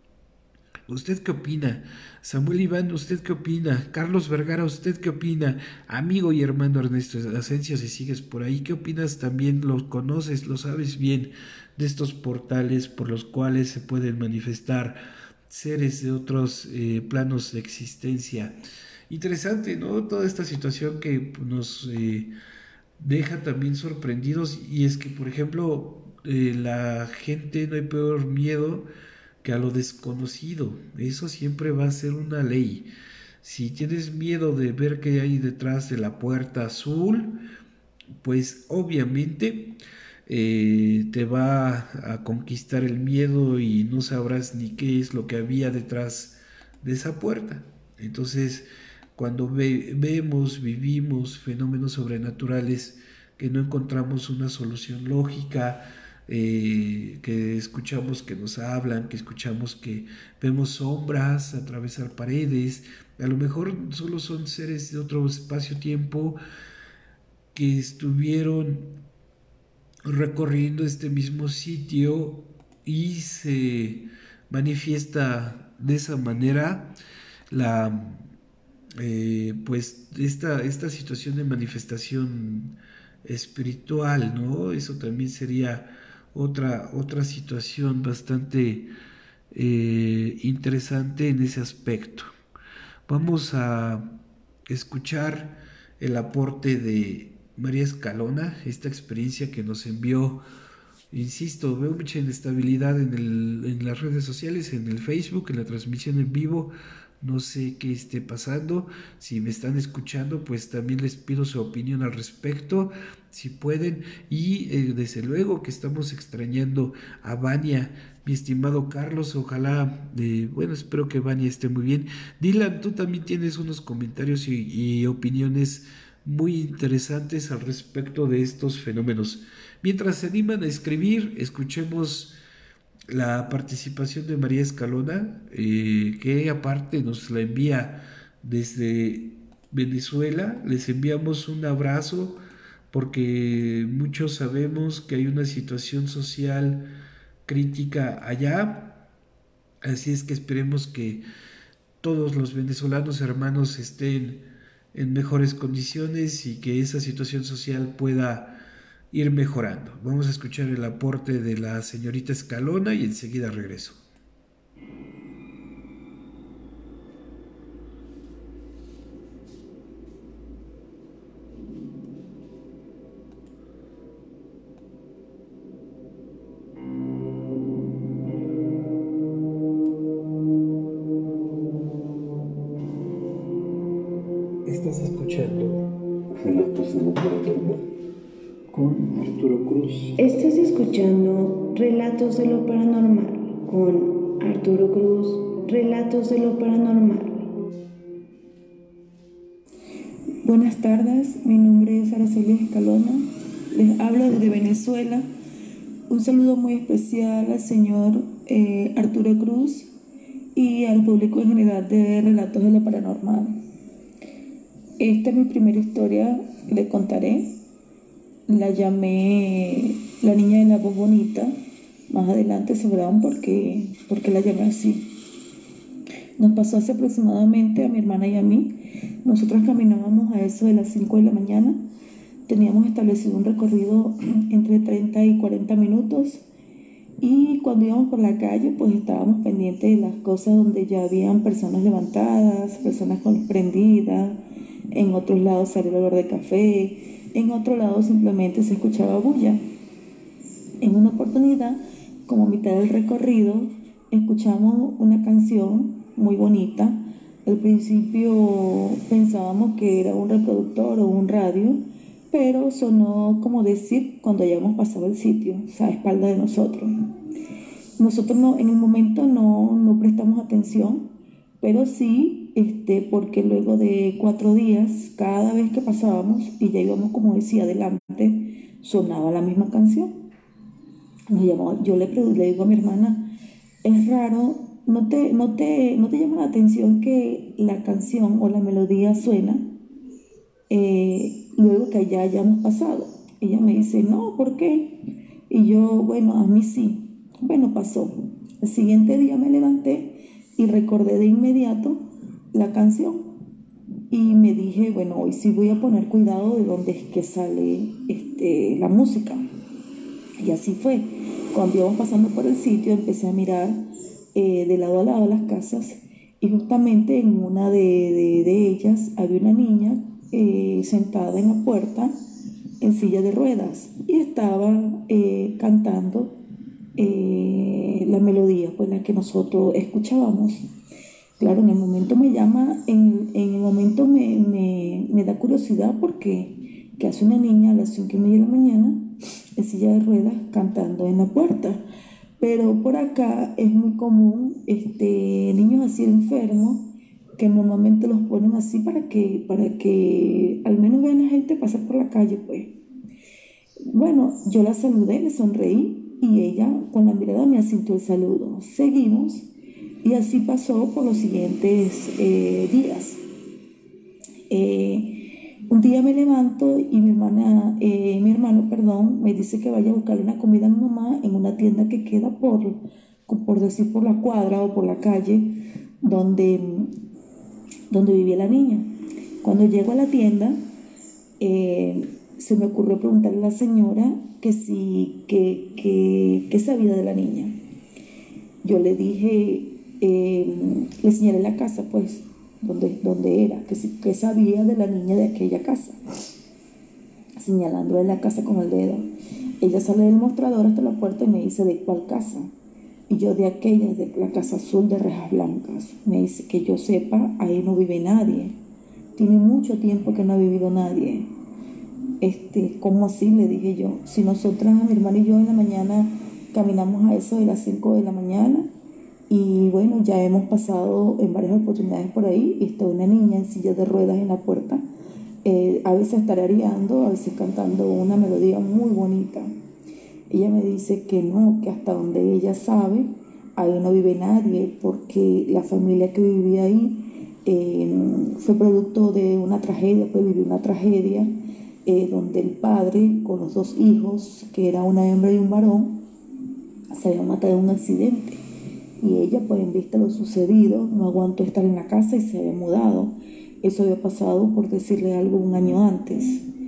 Speaker 1: ¿Usted qué opina? Samuel Iván, ¿usted qué opina? Carlos Vergara, ¿usted qué opina? Amigo y hermano Ernesto Asensio, si sigues por ahí, ¿qué opinas? También lo conoces, lo sabes bien de estos portales por los cuales se pueden manifestar seres de otros eh, planos de existencia. Interesante, ¿no? Toda esta situación que nos eh, deja también sorprendidos, y es que, por ejemplo, eh, la gente no hay peor miedo que a lo desconocido. Eso siempre va a ser una ley. Si tienes miedo de ver qué hay detrás de la puerta azul, pues obviamente eh, te va a conquistar el miedo y no sabrás ni qué es lo que había detrás de esa puerta. Entonces, cuando ve, vemos, vivimos fenómenos sobrenaturales que no encontramos una solución lógica, eh, que escuchamos que nos hablan, que escuchamos que vemos sombras atravesar paredes. A lo mejor solo son seres de otro espacio-tiempo que estuvieron recorriendo este mismo sitio y se manifiesta de esa manera la eh, pues esta, esta situación de manifestación espiritual, ¿no? Eso también sería otra, otra situación bastante eh, interesante en ese aspecto. Vamos a escuchar el aporte de María Escalona, esta experiencia que nos envió. Insisto, veo mucha inestabilidad en, el, en las redes sociales, en el Facebook, en la transmisión en vivo. No sé qué esté pasando. Si me están escuchando, pues también les pido su opinión al respecto, si pueden. Y eh, desde luego que estamos extrañando a Vania, mi estimado Carlos. Ojalá, eh, bueno, espero que Vania esté muy bien. Dylan, tú también tienes unos comentarios y, y opiniones muy interesantes al respecto de estos fenómenos. Mientras se animan a escribir, escuchemos la participación de María Escalona, eh, que aparte nos la envía desde Venezuela. Les enviamos un abrazo porque muchos sabemos que hay una situación social crítica allá, así es que esperemos que todos los venezolanos hermanos estén en mejores condiciones y que esa situación social pueda ir mejorando. Vamos a escuchar el aporte de la señorita Escalona y enseguida regreso.
Speaker 4: Estás escuchando Relatos de lo Paranormal con Arturo Cruz.
Speaker 3: Estás escuchando Relatos de lo Paranormal con Arturo Cruz. Relatos de lo Paranormal.
Speaker 6: Buenas tardes, mi nombre es Araceli Escalona, les hablo desde Venezuela. Un saludo muy especial al señor eh, Arturo Cruz y al público en general de Relatos de lo Paranormal. Esta es mi primera historia que les contaré. La llamé La Niña de la Voz Bonita. Más adelante sabrán por qué, por qué la llamé así. Nos pasó hace aproximadamente a mi hermana y a mí. Nosotros caminábamos a eso de las cinco de la mañana. Teníamos establecido un recorrido entre treinta y cuarenta minutos. Y cuando íbamos por la calle, pues estábamos pendientes de las cosas donde ya habían personas levantadas, personas con luz prendida. En otros lados salió el olor de café. En otro lado simplemente se escuchaba bulla. En una oportunidad, como a mitad del recorrido, escuchamos una canción muy bonita. Al principio pensábamos que era un reproductor o un radio, pero sonó como decir cuando hayamos pasado el sitio, o sea, a espalda de nosotros. Nosotros no, en el momento no, no prestamos atención, pero sí, este, porque luego de cuatro días, cada vez que pasábamos y ya íbamos, como decía, adelante, sonaba la misma canción. Nos llamó, yo le, le digo a mi hermana, es raro, ¿no te, no, te, ¿no te llama la atención que la canción o la melodía suena eh, luego que ya hayamos pasado? Ella me dice, no, ¿por qué? Y yo, bueno, a mí sí. Bueno, pasó. El siguiente día me levanté y recordé de inmediato la canción y me dije, bueno, hoy sí voy a poner cuidado de dónde es que sale este, la música. Y así fue. Cuando íbamos pasando por el sitio, empecé a mirar eh, de lado a lado las casas y justamente en una de, de, de ellas había una niña eh, sentada en la puerta en silla de ruedas y estaba eh, cantando Eh, la melodía, pues la que nosotros escuchábamos. Claro, en el momento me llama, en, en el momento me, me, me da curiosidad porque que hace una niña a las cinco y media de la mañana en silla de ruedas cantando en la puerta. Pero por acá es muy común este, niños así enfermos que normalmente los ponen así para que, para que al menos vean a la gente pasar por la calle, pues. Bueno, yo la saludé, le sonreí
Speaker 7: y ella con la mirada me asintió el saludo. Seguimos y así pasó por los siguientes eh, días. Eh, un día me levanto y mi hermana, eh, mi hermano, perdón, me dice que vaya a buscarle una comida a mi mamá en una tienda que queda por, por decir, por la cuadra o por la calle donde, donde vivía la niña. Cuando llego a la tienda, eh, se me ocurrió preguntarle a la señora que si, que, que, que sabía de la niña. Yo le dije, eh, le señalé la casa, pues, donde, donde era, que, si, que sabía de la niña de aquella casa, señalándole la casa con el dedo. Ella sale del mostrador hasta la puerta y me dice, ¿de cuál casa? Y yo, de aquella, de la casa azul de rejas blancas. Me dice, que yo sepa, ahí no vive nadie. Tiene mucho tiempo que no ha vivido nadie. Este, ¿cómo así? Le dije yo. Si nosotras, mi hermana y yo, en la mañana caminamos a eso de las cinco de la mañana, y bueno, ya hemos pasado en varias oportunidades por ahí, y está una niña en silla de ruedas en la puerta, eh, a veces tarareando, a veces cantando una melodía muy bonita. Ella me dice que no, que hasta donde ella sabe, ahí no vive nadie, porque la familia que vivía ahí eh, fue producto de una tragedia, pues vivió una tragedia, eh, donde el padre con los dos hijos, que era una hembra y un varón, se habían matado en un accidente. Y ella, pues en vista de lo sucedido, no aguantó estar en la casa y se había mudado. Eso había pasado, por decirle algo, un año antes.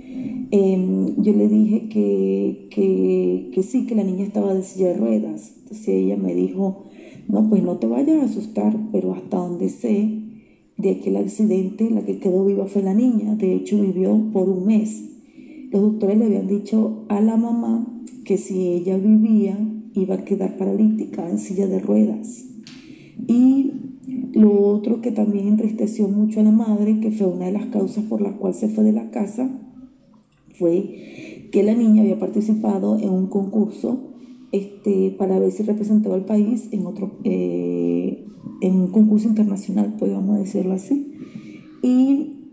Speaker 7: Eh, yo le dije que, que, que sí, que la niña estaba de silla de ruedas. Entonces ella me dijo, no, pues no te vayas a asustar, pero hasta donde sé, de aquel accidente, la que quedó viva fue la niña. De hecho, vivió por un mes. Los doctores le habían dicho a la mamá que si ella vivía, iba a quedar paralítica en silla de ruedas. Y lo otro que también entristeció mucho a la madre, que fue una de las causas por las cuales se fue de la casa, fue que la niña había participado en un concurso este, para ver si representaba al país en otro eh, en un concurso internacional, pues vamos a decirlo así. Y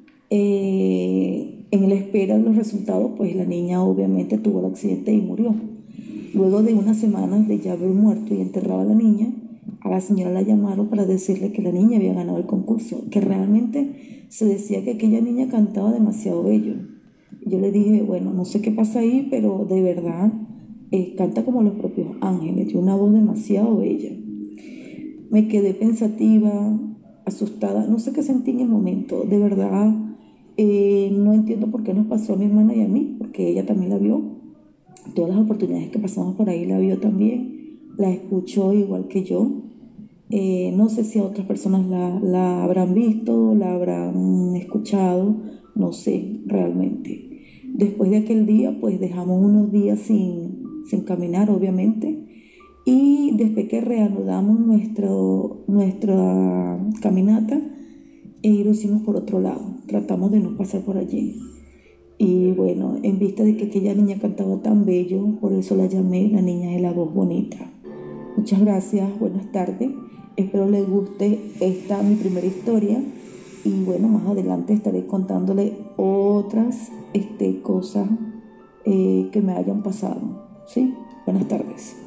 Speaker 7: eh, en la espera de los resultados, pues la niña obviamente tuvo el accidente y murió. Luego de unas semanas de ya haber muerto y enterrado a la niña, a la señora la llamaron para decirle que la niña había ganado el concurso, que realmente se decía que aquella niña cantaba demasiado bello. Yo le dije, bueno, no sé qué pasa ahí, pero de verdad eh, canta como los propios ángeles, tiene una voz demasiado bella. Me quedé pensativa, asustada, no sé qué sentí en el momento, de verdad eh, no entiendo por qué nos pasó a mi hermana y a mí, porque ella también la vio. Todas las oportunidades que pasamos por ahí la vio también, la escuchó igual que yo. Eh, no sé si a otras personas la, la habrán visto, la habrán escuchado, no sé realmente. Después de aquel día, pues dejamos unos días sin, sin caminar, obviamente, y después que reanudamos nuestro, nuestra caminata, eh, lo hicimos por otro lado, tratamos de no pasar por allí. Y bueno, en vista de que aquella niña cantaba tan bello, por eso la llamé la niña de la voz bonita. Muchas gracias, buenas tardes. Espero les guste esta mi primera historia. Y bueno, más adelante estaré contándole otras este, cosas eh, que me hayan pasado. ¿Sí? Buenas tardes.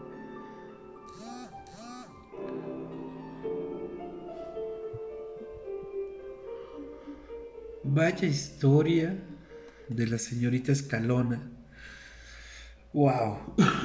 Speaker 1: Vaya historia de la señorita Escalona. ¡Wow!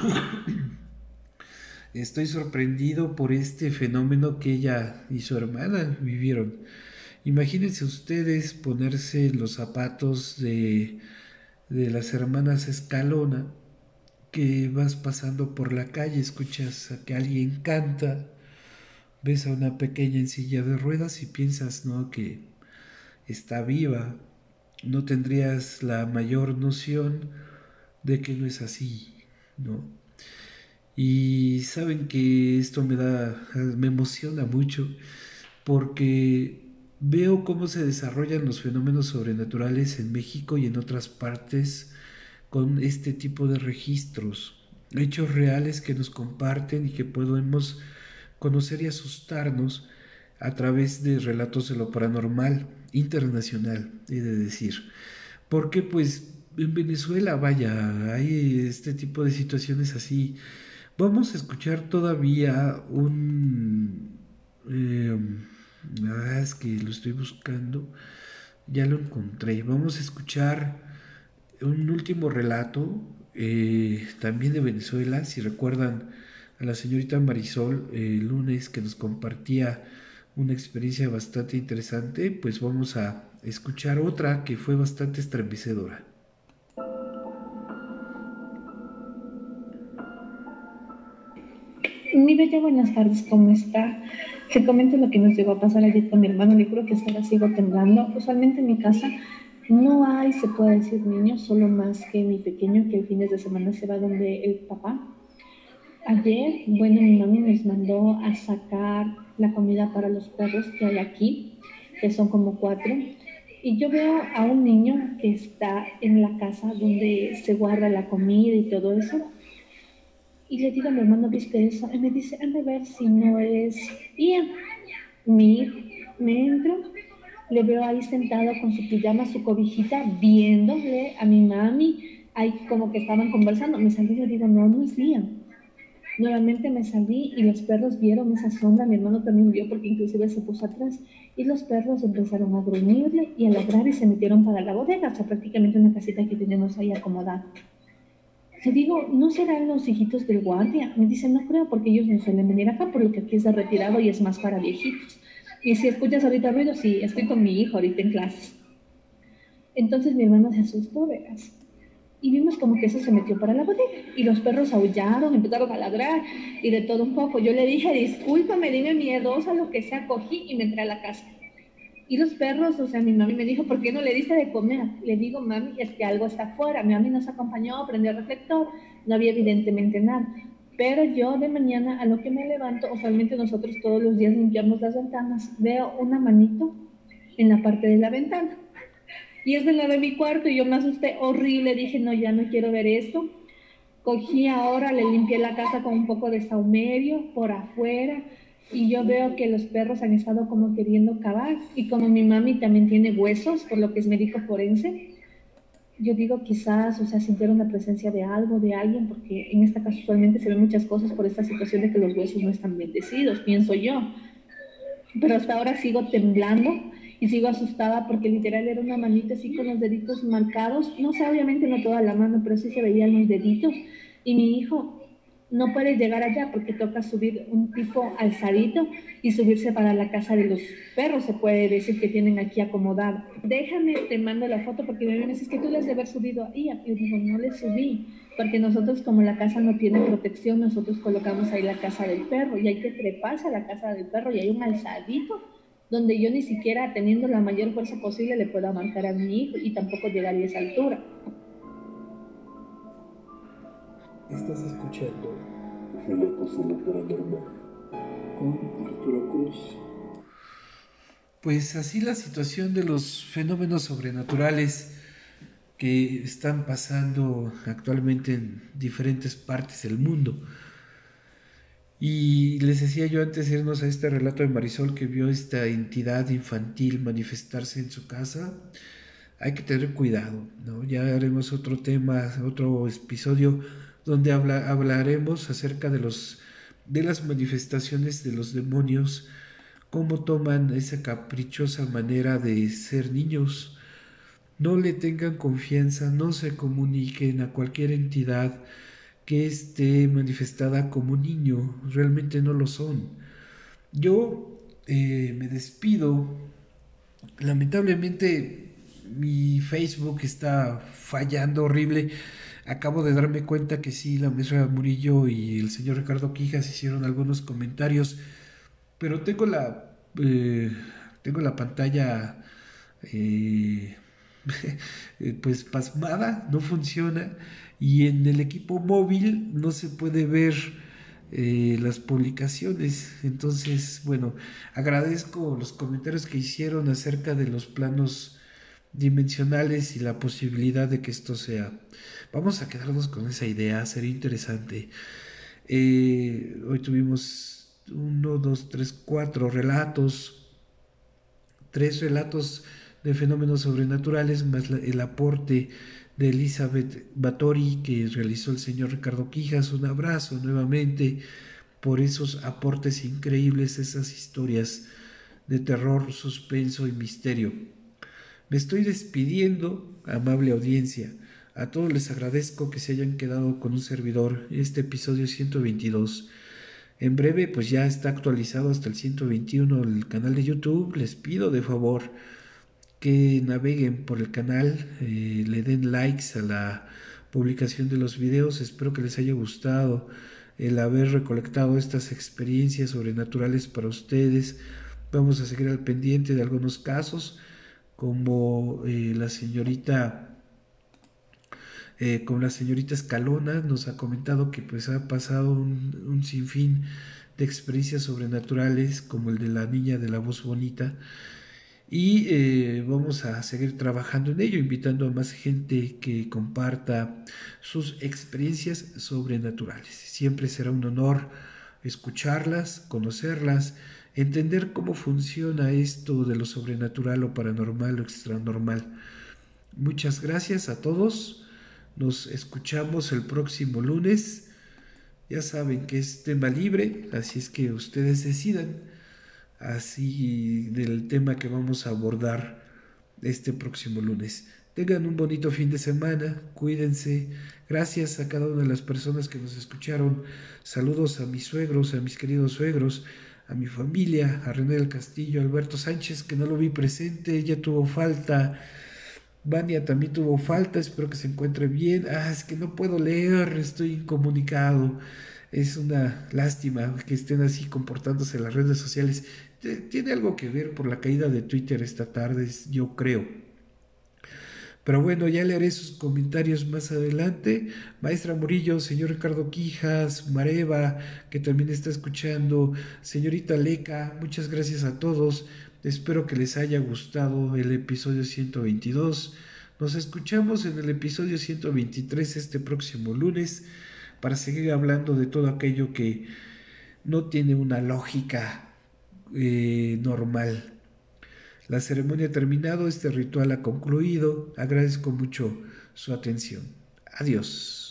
Speaker 1: Estoy sorprendido por este fenómeno que ella y su hermana vivieron. Imagínense ustedes ponerse en los zapatos de, de las hermanas Escalona, que vas pasando por la calle, escuchas a que alguien canta, ves a una pequeña en silla de ruedas y piensas, ¿no?, que está viva. No tendrías la mayor noción de que no es así, ¿no? Y saben que esto me da, me emociona mucho, porque veo cómo se desarrollan los fenómenos sobrenaturales en México y en otras partes con este tipo de registros, hechos reales que nos comparten y que podemos conocer y asustarnos a través de relatos de lo paranormal internacional, he de decir. Porque pues en Venezuela, vaya, hay este tipo de situaciones así. Vamos a escuchar todavía un... eh, ah, es que lo estoy buscando, ya lo encontré. Vamos a escuchar un último relato, eh, también de Venezuela. Si recuerdan a la señorita Marisol eh, el lunes que nos compartía una experiencia bastante interesante, pues vamos a escuchar otra que fue bastante estremecedora.
Speaker 8: Mi bella, buenas tardes, ¿cómo está? Te comento lo que nos llegó a pasar ayer con mi hermano. Le juro que hasta ahora sigo temblando. Usualmente en mi casa no hay, se puede decir, niños, solo más que mi pequeño, que el fines de semana se va donde el papá. Ayer, bueno, mi mami nos mandó a sacar la comida para los perros que hay aquí, que son como cuatro. Y yo veo a un niño que está en la casa donde se guarda la comida y todo eso. Y le digo a mi hermano, ¿viste eso? Y me dice, anda a ver si no es Ian. Mi hijo, me entro, le veo ahí sentado con su pijama, su cobijita, viéndole a mi mami, ahí como que estaban conversando. Me salí y le digo, no, no es Ian. Nuevamente me salí y los perros vieron esa sombra, mi hermano también vio porque inclusive se puso atrás. Y los perros empezaron a gruñirle y a ladrar y se metieron para la bodega, o sea, prácticamente una casita que tenemos ahí acomodada. Le digo, ¿no serán los hijitos del guardia? Me dice, no creo, porque ellos no suelen venir acá, por lo que aquí es de retirado y es más para viejitos. Y si escuchas ahorita ruido, sí, estoy con mi hijo ahorita en clases. Entonces mi hermano se asustó, verás. Y vimos como que eso se metió para la bodega. Y los perros aullaron, empezaron a ladrar y de todo un poco. Yo le dije, discúlpame, dime miedosa, lo que sea, cogí y me entré a la casa. Y los perros, o sea, mi mami me dijo, ¿por qué no le diste de comer? Le digo, mami, es que algo está afuera. Mi mami nos acompañó, prendió el reflector, no había evidentemente nada. Pero yo de mañana, a lo que me levanto, usualmente nosotros todos los días limpiamos las ventanas, veo una manito en la parte de la ventana. Y es del lado de mi cuarto y yo me asusté horrible, dije, no, ya no quiero ver esto. Cogí ahora, le limpié la casa con un poco de saumerio por afuera y yo veo que los perros han estado como queriendo cavar y como mi mami también tiene huesos, por lo que es médico forense, yo digo quizás, o sea, sintieron la presencia de algo, de alguien, porque en esta casa usualmente se ven muchas cosas por esta situación de que los huesos no están bendecidos, pienso yo. Pero hasta ahora sigo temblando y sigo asustada porque literal era una manita así con los deditos marcados, no sé, obviamente no toda la mano, pero sí se veían los deditos. Y mi hijo no puede llegar allá porque toca subir un tipo alzadito y subirse para la casa de los perros, se puede decir que tienen aquí acomodado. Déjame, te mando la foto porque me dices que tú les debes haber subido ahí. Yo digo, no les subí, porque nosotros como la casa no tiene protección, nosotros colocamos ahí la casa del perro y hay que treparse a la casa del perro y hay un alzadito donde yo ni siquiera teniendo la mayor fuerza posible le puedo marcar a mi hijo y tampoco llegaría a esa altura.
Speaker 4: Estás escuchando Relatos de lo Paranormal con Arturo Cruz.
Speaker 1: Pues así la situación de los fenómenos sobrenaturales que están pasando actualmente en diferentes partes del mundo. Y les decía yo antes de irnos a este relato de Marisol que vio esta entidad infantil manifestarse en su casa. Hay que tener cuidado, ¿no? Ya haremos otro tema, otro episodio donde habla, hablaremos acerca de, los, de las manifestaciones de los demonios, cómo toman esa caprichosa manera de ser niños. No le tengan confianza, no se comuniquen a cualquier entidad que esté manifestada como niño, realmente no lo son. Yo eh, me despido, lamentablemente mi Facebook está fallando horrible. Acabo de darme cuenta que sí, la maestra Murillo y el señor Ricardo Quijas hicieron algunos comentarios, pero tengo la eh, tengo la pantalla eh, pues pasmada, no funciona, y en el equipo móvil no se puede ver eh, las publicaciones. Entonces, bueno, agradezco los comentarios que hicieron acerca de los planos dimensionales y la posibilidad de que esto sea. Vamos a quedarnos con esa idea, sería interesante. Eh, hoy tuvimos uno, dos, tres, cuatro relatos, tres relatos de fenómenos sobrenaturales, más la, el aporte de Elizabeth Báthory que realizó el señor Ricardo Quijas. Un abrazo nuevamente por esos aportes increíbles, esas historias de terror, suspenso y misterio. Me estoy despidiendo, amable audiencia. A todos les agradezco que se hayan quedado con un servidor este episodio ciento veintidós. En breve pues ya está actualizado hasta el ciento veintiuno el canal de YouTube. Les pido de favor que naveguen por el canal, eh, le den likes a la publicación de los videos. Espero que les haya gustado el haber recolectado estas experiencias sobrenaturales para ustedes. Vamos a seguir al pendiente de algunos casos, como eh, la señorita eh, como la señorita Escalona nos ha comentado que pues ha pasado un, un sinfín de experiencias sobrenaturales, como el de la niña de la voz bonita. Y eh, vamos a seguir trabajando en ello, invitando a más gente que comparta sus experiencias sobrenaturales. Siempre será un honor escucharlas, conocerlas, entender cómo funciona esto de lo sobrenatural o paranormal o extranormal. Muchas gracias a todos. Nos escuchamos el próximo lunes. Ya saben que es tema libre, así es que ustedes decidan así del tema que vamos a abordar este próximo lunes. Tengan un bonito fin de semana, cuídense. Gracias a cada una de las personas que nos escucharon. Saludos a mis suegros, a mis queridos suegros, a mi familia, a René del Castillo, a Alberto Sánchez, que no lo vi presente, ella tuvo falta. Vania también tuvo falta, espero que se encuentre bien. Ah, es que no puedo leer, estoy incomunicado. Es una lástima que estén así comportándose en las redes sociales. Tiene algo que ver por la caída de Twitter esta tarde, yo creo. Pero bueno, ya le haré sus comentarios más adelante. Maestra Murillo, señor Ricardo Quijas, Mareva, que también está escuchando, señorita Leca, muchas gracias a todos. Espero que les haya gustado el episodio ciento veintidós. Nos escuchamos en el episodio ciento veintitrés este próximo lunes para seguir hablando de todo aquello que no tiene una lógica eh, normal. La ceremonia ha terminado, este ritual ha concluido. Agradezco mucho su atención. Adiós.